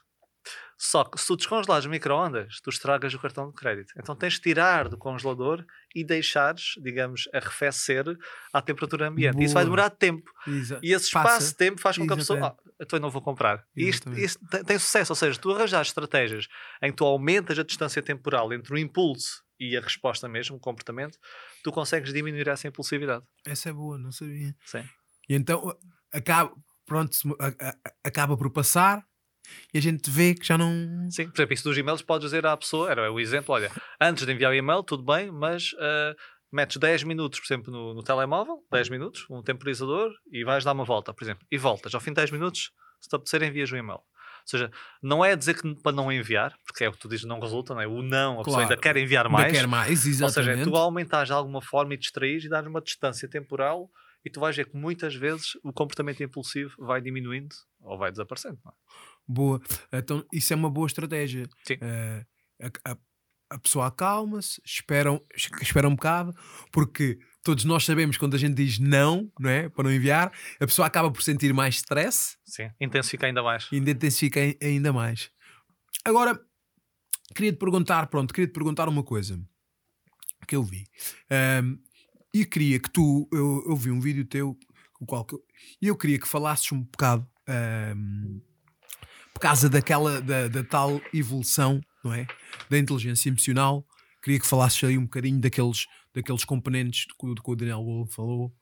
Só que se tu descongelares o micro-ondas, tu estragas o cartão de crédito. Então tens de tirar do congelador e deixares, digamos, arrefecer à temperatura ambiente. Boa. Isso vai demorar tempo. Exa- E esse Passa. espaço de tempo faz com que a pessoa... Exatamente. Ah, então eu não vou comprar. E isto, Exatamente. isto tem, tem sucesso. Ou seja, tu arranjas estratégias em que tu aumentas a distância temporal entre o impulso e a resposta mesmo, o comportamento, tu consegues diminuir essa impulsividade. Essa é boa, não sabia. Sim. E então acaba, pronto, a- a- acaba por passar e a gente vê que já não. Sim, por exemplo, isso dos e-mails podes dizer à pessoa, era o exemplo, olha, antes de enviar o e-mail, tudo bem, mas uh, metes dez minutos, por exemplo, no, no telemóvel, dez minutos, um temporizador, e vais dar uma volta, por exemplo, e voltas. Ao fim de dez minutos, se te apetecer, envias o e-mail. Ou seja, não é dizer que para não enviar, porque é o que tu dizes, não resulta, não é? O não, a pessoa Claro. ainda quer enviar Ainda mais. quer mais, Ou exatamente. seja, é tu aumentares de alguma forma e distraís e dares uma distância temporal e tu vais ver que muitas vezes o comportamento impulsivo vai diminuindo ou vai desaparecendo. Não é? Boa. Então, isso é uma boa estratégia. Sim. Uh, a, a- a pessoa acalma-se, espera, espera um bocado, porque todos nós sabemos quando a gente diz não, não é? Para não enviar, a pessoa acaba por sentir mais stress. Sim, intensifica ainda mais. E intensifica ainda mais. Agora, queria-te perguntar, pronto, queria-te perguntar uma coisa que eu vi. Um, e queria que tu, eu, eu vi um vídeo teu, o qual que eu, e eu queria que falasses um bocado um, por causa daquela, da, da tal evolução, não é? Da inteligência emocional. Queria que falasses aí um bocadinho daqueles, daqueles componentes que, que o Daniel Goleman falou,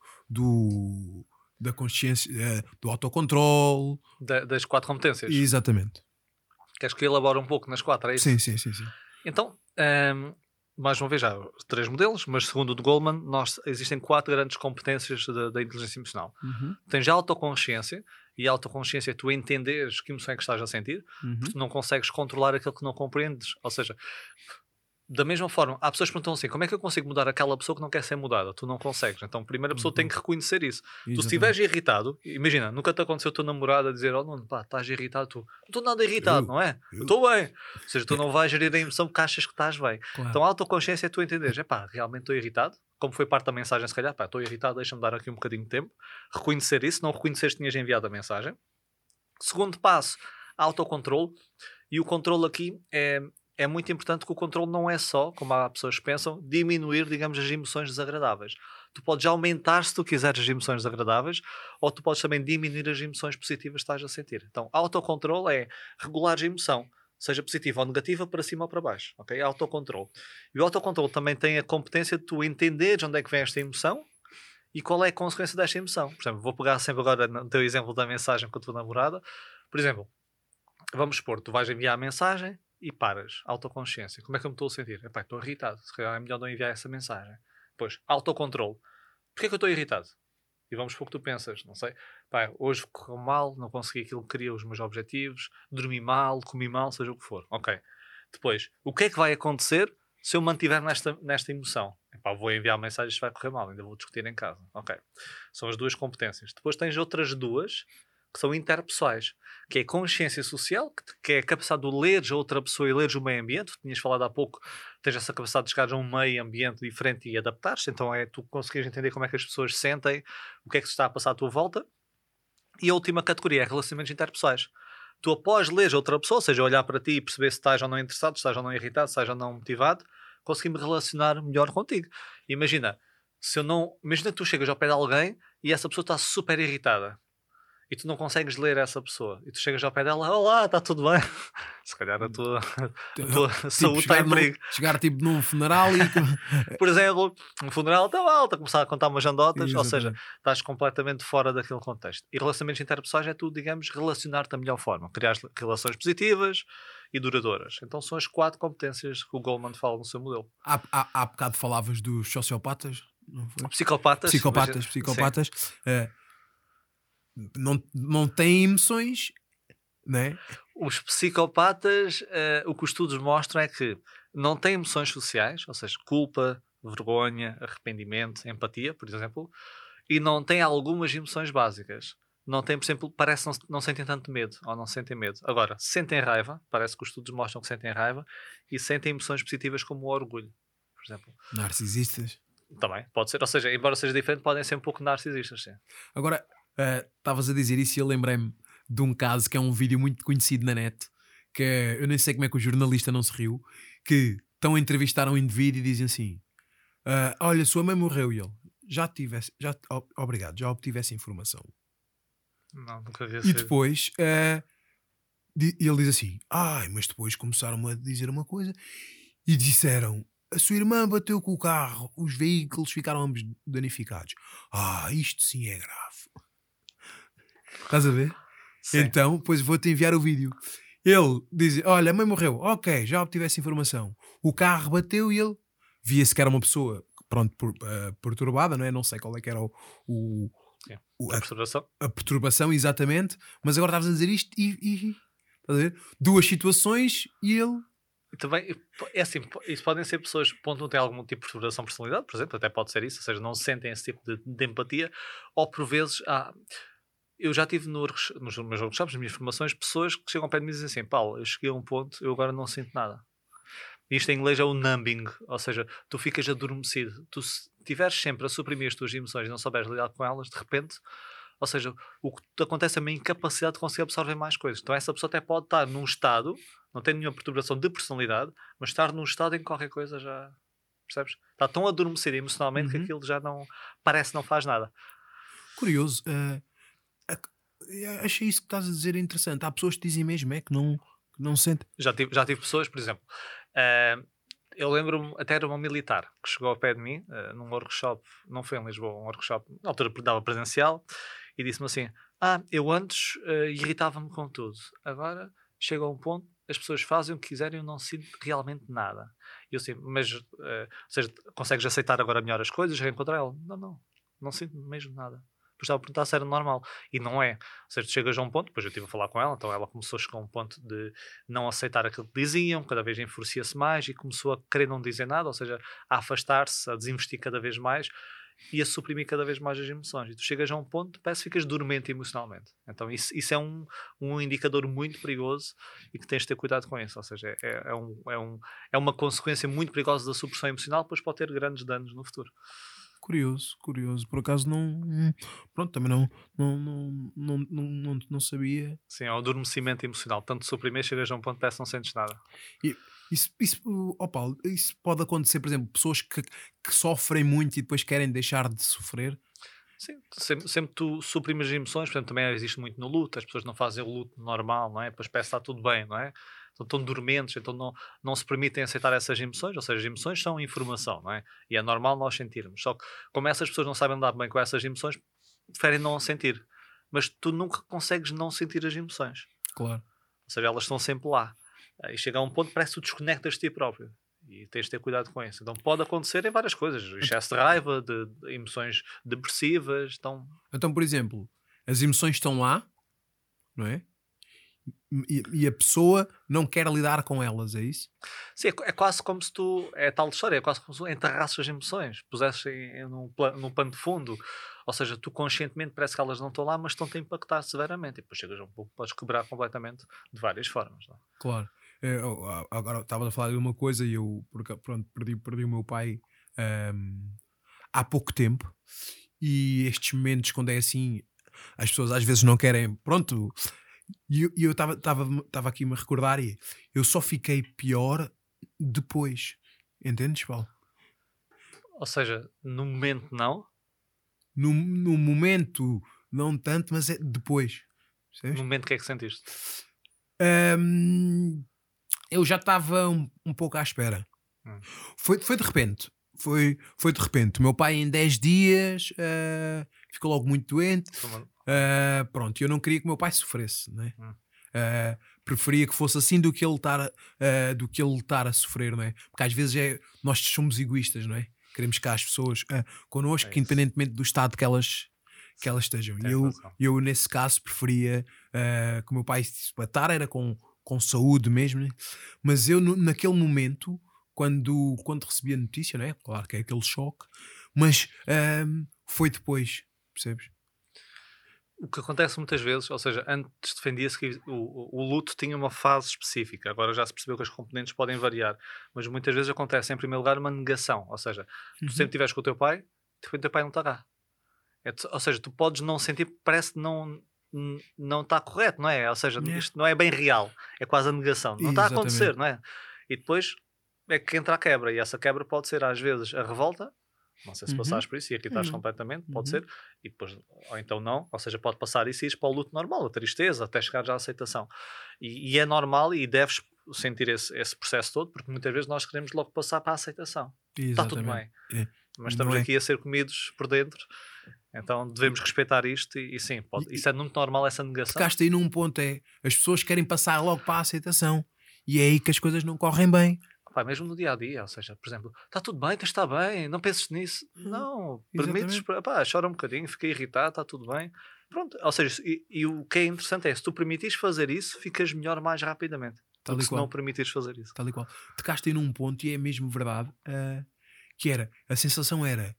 do, da consciência, do autocontrole. Da, das quatro competências. Exatamente. Queres que eu elabore um pouco nas quatro, é isso? Sim, sim, sim. sim. Então, um, mais uma vez, já três modelos, mas segundo o de Goleman, nós, existem quatro grandes competências da, da inteligência emocional. Uhum. Tens a autoconsciência, e a autoconsciência é tu entenderes que emoção é que estás a sentir, Uhum. porque tu não consegues controlar aquilo que não compreendes. Ou seja, da mesma forma, há pessoas que perguntam assim, como é que eu consigo mudar aquela pessoa que não quer ser mudada? Tu não consegues. Então, primeiro a pessoa uhum. tem que reconhecer isso. Exatamente. Tu se estiveres irritado, imagina, nunca te aconteceu a tua namorada dizer, oh não, pá, estás irritado, tu não estou nada irritado, eu, não é? Estou bem. Ou seja, tu não vais gerir a emoção porque achas que estás bem. Claro. Então, a autoconsciência é tu entenderes, é pá, realmente estou irritado, como foi parte da mensagem, se calhar, pá, estou irritado, deixa-me dar aqui um bocadinho de tempo. Reconhecer isso, não reconheceres que tinhas enviado a mensagem. Segundo passo, autocontrole. E o controle aqui é... É muito importante que o controle não é só, como há pessoas que pensam, diminuir, digamos, as emoções desagradáveis. Tu podes aumentar, se tu quiseres, as emoções desagradáveis, ou tu podes também diminuir as emoções positivas que estás a sentir. Então, autocontrole é regular a emoção, seja positiva ou negativa, para cima ou para baixo. Ok? Autocontrole. E o autocontrole também tem a competência de tu entenderes onde é que vem esta emoção e qual é a consequência desta emoção. Por exemplo, vou pegar sempre agora no teu exemplo da mensagem com a tua namorada. Por exemplo, vamos supor, tu vais enviar a mensagem e paras, autoconsciência. Como é que eu me estou a sentir? Epá, estou irritado. Se calhar é melhor não enviar essa mensagem. Depois, autocontrole. Porquê que eu estou irritado? E vamos para o que tu pensas, não sei. Pá, hoje correu mal, não consegui aquilo que queria, os meus objetivos, dormi mal, comi mal, seja o que for. Ok. Depois, o que é que vai acontecer se eu mantiver nesta, nesta emoção? Epá, vou enviar mensagem, isto vai correr mal, ainda vou discutir em casa. Ok. São as duas competências. Depois tens outras duas que são interpessoais, que é consciência social, que é a capacidade de leres a outra pessoa e leres o meio ambiente. Tu tinhas falado há pouco, tens essa capacidade de chegar a um meio ambiente diferente e adaptar-te, então é tu conseguires entender como é que as pessoas sentem, o que é que se está a passar à tua volta. E a última categoria é relacionamentos interpessoais. Tu após leres a outra pessoa, ou seja, olhar para ti e perceber se estás ou não interessado, se estás ou não irritado, se estás ou não motivado, consegui-me relacionar melhor contigo. Imagina, se eu não, imagina que tu chegas ao pé de alguém e essa pessoa está super irritada. E tu não consegues ler essa pessoa. E tu chegas ao pé dela, olá, está tudo bem? Se calhar a tua, a tua tipo, saúde está em perigo. No, chegar tipo num funeral e... Por exemplo, um funeral está alta, começar a contar umas andotas, Exatamente. Ou seja, estás completamente fora daquele contexto. E relacionamentos interpessoais é tu, digamos, relacionar-te da melhor forma. Criar relações positivas e duradouras. Então são as quatro competências que o Goleman fala no seu modelo. Há, há, há bocado falavas dos sociopatas, não foi? Psicopatas. Psicopatas, imagina. psicopatas. Uh, Não, não têm emoções, não é? Os psicopatas, uh, o que os estudos mostram é que não têm emoções sociais, ou seja, culpa, vergonha, arrependimento, empatia, por exemplo, e não têm algumas emoções básicas. Não têm, por exemplo, parece que não, não sentem tanto medo, ou não sentem medo. Agora, sentem raiva, parece que os estudos mostram que sentem raiva, e sentem emoções positivas como o orgulho, por exemplo. Narcisistas. Também, pode ser. Ou seja, embora seja diferente, podem ser um pouco narcisistas, sim. Agora... Estavas uh, a dizer isso e eu lembrei-me de um caso que é um vídeo muito conhecido na net, que é, eu nem sei como é que o jornalista não se riu, que estão a entrevistar um indivíduo e dizem assim, uh, olha, sua mãe morreu, e ele, já tivesse, já, oh, obrigado, já obtive essa informação. Não, nunca vi E assim. depois uh, di, ele diz assim, ai, mas depois começaram a dizer uma coisa e disseram, a sua irmã bateu com o carro, os veículos ficaram ambos danificados. Ah, isto sim é grave. Estás a ver? Sim. Então, depois vou-te enviar o vídeo. Ele diz, olha, a mãe morreu. Ok, já obtive essa informação. O carro bateu e ele via-se que era uma pessoa, pronto, por, uh, perturbada, não é? Não sei qual é que era o... o, o a, a perturbação. A, a perturbação, exatamente. Mas agora estavas a dizer isto e... e estás a ver? Duas situações e ele... Também, é assim, isso podem ser pessoas que não têm algum tipo de perturbação de personalidade, por exemplo, até pode ser isso, ou seja, não sentem esse tipo de, de empatia, ou por vezes há... Eu já tive no, nos meus workshops, nas minhas formações, pessoas que chegam ao pé de mim e dizem assim, Paulo, eu cheguei a um ponto, eu agora não sinto nada. Isto em inglês é o numbing, ou seja, tu ficas adormecido. Tu se estiveres sempre a suprimir as tuas emoções e não souberes lidar com elas, de repente, ou seja, o que te acontece é uma incapacidade de conseguir absorver mais coisas. Então essa pessoa até pode estar num estado, não tem nenhuma perturbação de personalidade, mas estar num estado em que qualquer coisa já, percebes? Está tão adormecido emocionalmente Uhum. que aquilo já não, parece que não faz nada. Curioso. Uh, a- achei isso que estás a dizer interessante. Há pessoas que dizem mesmo é que não, que não sentem. Já tive, já tive pessoas, por exemplo, uh, eu lembro-me, até era uma militar que chegou ao pé de mim, uh, num workshop, não foi em Lisboa, um workshop, na altura dava presencial, e disse-me assim, ah, eu antes uh, irritava-me com tudo, agora chega a um ponto, as pessoas fazem o que quiserem e eu não sinto realmente nada. E eu assim, mas, uh, ou seja, consegues aceitar agora melhor as coisas, reencontrar ela? Não, não, não sinto mesmo nada. Depois estava a perguntar se era normal. E não é. Ou seja, tu chegas a um ponto, depois eu estive a falar com ela, então ela começou a chegar a um ponto de não aceitar aquilo que diziam, cada vez enfurecia-se mais e começou a querer não dizer nada, ou seja, a afastar-se, a desinvestir cada vez mais e a suprimir cada vez mais as emoções. E tu chegas a um ponto, parece que ficas dormente emocionalmente. Então isso, isso é um, um indicador muito perigoso e que tens de ter cuidado com isso. Ou seja, é, é, um, é, um, é uma consequência muito perigosa da supressão emocional, depois pode ter grandes danos no futuro. Curioso, curioso. Por acaso não. Pronto, também não, não, não, não, não, não, não sabia. Sim, é um adormecimento emocional. Tanto suprimir, chegas a um ponto que parece que não sentes nada. E isso, isso, oh Paulo, isso pode acontecer, por exemplo, pessoas que, que sofrem muito e depois querem deixar de sofrer. Sim, sempre, sempre tu suprimes as emoções, portanto também existe muito no luto, as pessoas não fazem o luto normal, não é? Depois parece que está tudo bem, não é? Então, estão dormentes, então não, não se permitem aceitar essas emoções, ou seja, as emoções são informação, não é? E é normal nós sentirmos, só que como essas pessoas não sabem andar bem com essas emoções, preferem não sentir, mas tu nunca consegues não sentir as emoções. Claro. Ou seja, elas estão sempre lá, e chega a um ponto que parece que tu desconectas de ti próprio. E tens de ter cuidado com isso. Então pode acontecer em várias coisas. Excesso de raiva, de, de emoções depressivas. Então... então, por exemplo, as emoções estão lá, não é? E, e a pessoa não quer lidar com elas, é isso? Sim, é, é quase como se tu... É tal história, é quase como se tu enterrasses as emoções. Pusesses em, em, num, num pano de fundo. Ou seja, tu conscientemente parece que elas não estão lá, mas estão-te a impactar severamente. E depois chegas a um ponto, podes quebrar completamente de várias formas. Não é? Claro. Eu, agora estava a falar de uma coisa e eu porque, pronto, perdi, perdi o meu pai um, há pouco tempo, e estes momentos quando é assim as pessoas às vezes não querem, pronto, e eu, eu estava estava aqui a me recordar e eu só fiquei pior depois, entendes, Paulo? Ou seja, no momento não? No, no momento não tanto, mas é depois, percebes? No momento o que é que sentiste? Um, eu já estava um, um pouco à espera. Hum. Foi, foi de repente. Foi, foi de repente. O meu pai em dez dias uh, ficou logo muito doente. Uh, pronto, eu não queria que o meu pai sofresse, né? Hum. Uh, preferia que fosse assim do que ele estar uh, do que ele estar a sofrer, não é? Porque às vezes é, nós somos egoístas, não é? Queremos que as pessoas uh, connosco, é independentemente do estado que elas, que elas estejam. E eu, eu, nesse caso, preferia uh, que o meu pai se batar, era com com saúde mesmo, né? Mas eu naquele momento, quando, quando recebi a notícia, né? Claro que é aquele choque, mas um, foi depois, percebes? O que acontece muitas vezes, ou seja, antes defendia-se que o, o luto tinha uma fase específica, agora já se percebeu que as componentes podem variar, mas muitas vezes acontece em primeiro lugar uma negação, ou seja, tu uhum. sempre estiveres com o teu pai, de repente o teu pai não está cá. É, ou seja, tu podes não sentir, parece que não... não está correto, não é? Ou seja, yeah. isto não é bem real, é quase a negação, não está a acontecer, não é? E depois é que entra a quebra, e essa quebra pode ser às vezes a revolta, não sei se uhum. passares por isso e aqui estás uhum. completamente, pode uhum. ser, e depois, ou então não, ou seja, pode passar isso e ir para o luto normal, a tristeza, até chegar já à aceitação. E, e é normal e deves sentir esse, esse processo todo, porque muitas vezes nós queremos logo passar para a aceitação. Exatamente. Está tudo bem. É. Mas estamos não aqui é. a ser comidos por dentro. Então devemos respeitar isto e, e sim, pode, e, isso é muito normal, essa negação. Tocaste aí num ponto, é as pessoas querem passar logo para a aceitação e é aí que as coisas não correm bem. Pá, mesmo no dia a dia, ou seja, por exemplo, está tudo bem, está bem, não penses nisso. Não, permites, pá, chora um bocadinho, fica irritado, está tudo bem. Pronto, ou seja, e, e o que é interessante é, se tu permitires fazer isso, ficas melhor mais rapidamente. Tal do que se não permitires fazer isso. Tal e qual. Tocaste aí num ponto e é mesmo verdade, uh, que era, a sensação era,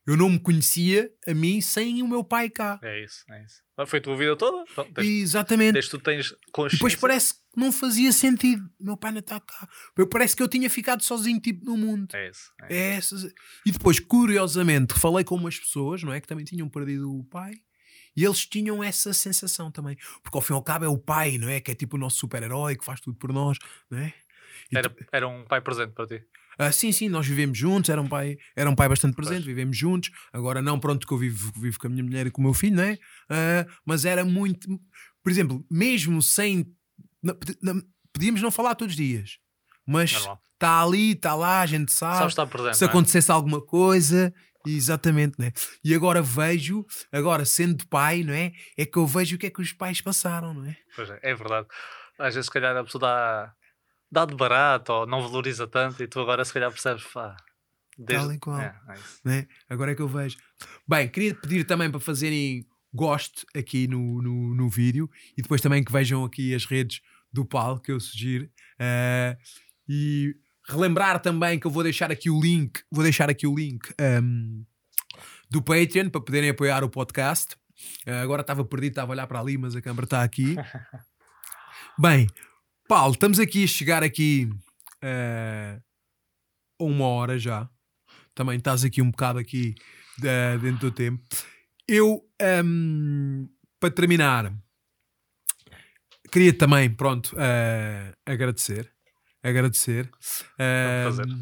eu não me conhecia a mim sem o meu pai cá. É isso, é isso. Foi a tua vida toda? Então, tens, Exatamente. Desde tu tens consciência. E depois parece que não fazia sentido. Meu pai não está cá. Parece que eu tinha ficado sozinho, tipo, no mundo. É isso. É É essas... E depois, curiosamente, falei com umas pessoas, não é? Que também tinham perdido o pai. E eles tinham essa sensação também. Porque ao fim e ao cabo é o pai, não é? Que é tipo o nosso super-herói, que faz tudo por nós, não é? E Era, tu... era um pai presente para ti? Ah, sim, sim, nós vivemos juntos, era um pai, era um pai bastante presente, pois. Vivemos juntos. Agora não, pronto, que eu vivo, vivo com a minha mulher e com o meu filho, não é? Ah, mas era muito... Por exemplo, mesmo sem... Não, não, podíamos não falar todos os dias. Mas está ali, está lá, a gente sabe. Sabes estar presente, se acontecesse é? alguma coisa... Exatamente, não é? E agora vejo, agora sendo pai, não é? É que eu vejo o que é que os pais passaram, não é? Pois é, é verdade. Às vezes, se calhar, a pessoa dá, dá de barato ou não valoriza tanto e tu agora, se calhar, percebes, pá, desde... tal e qual. É, é isso. Não é? Agora é que eu vejo. Bem, queria pedir também para fazerem gosto aqui no, no, no vídeo e depois também que vejam aqui as redes do Paulo, que eu sugiro. Uh, e. Relembrar também que eu vou deixar aqui o link, vou deixar aqui o link um, do Patreon para poderem apoiar o podcast. Uh, agora estava perdido, estava a olhar para ali, mas a câmara está aqui. Bem, Paulo, estamos aqui a chegar aqui uh, a uma hora já. Também estás aqui um bocado aqui uh, dentro do tempo. Eu, um, para terminar, queria também, pronto, uh, agradecer. Agradecer. Um,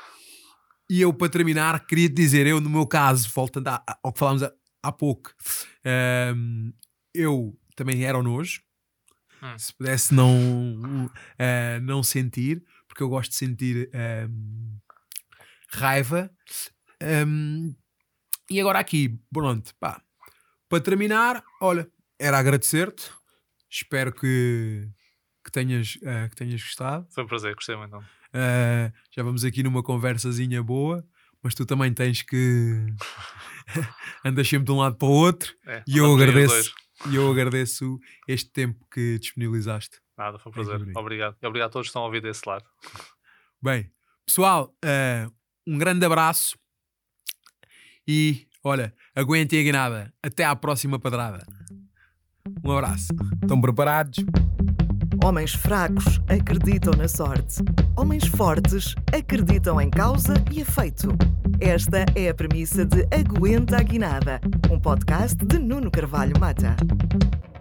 e eu, para terminar, queria te dizer, eu, no meu caso, voltando ao que falámos há, há pouco, um, eu também era o nojo. Hum. Se pudesse não, uh, não sentir, porque eu gosto de sentir um, raiva. Um, e agora aqui, pronto, pá, para terminar, olha, era agradecer-te. Espero que Que tenhas, uh, que tenhas gostado. Foi um prazer, gostei muito. Uh, já vamos aqui numa conversazinha boa, mas tu também tens que andas sempre de um lado para o outro é, e eu agradeço, e eu agradeço este tempo que disponibilizaste. Nada, foi um prazer. É obrigado. E obrigado a todos que estão a ouvir desse lado. Bem, pessoal, uh, um grande abraço e olha, aguentem a guinada. Até à próxima padrada. Um abraço. Estão preparados? Homens fracos acreditam na sorte. Homens fortes acreditam em causa e efeito. Esta é a premissa de Aguenta a Guinada, um podcast de Nuno Carvalho Mata.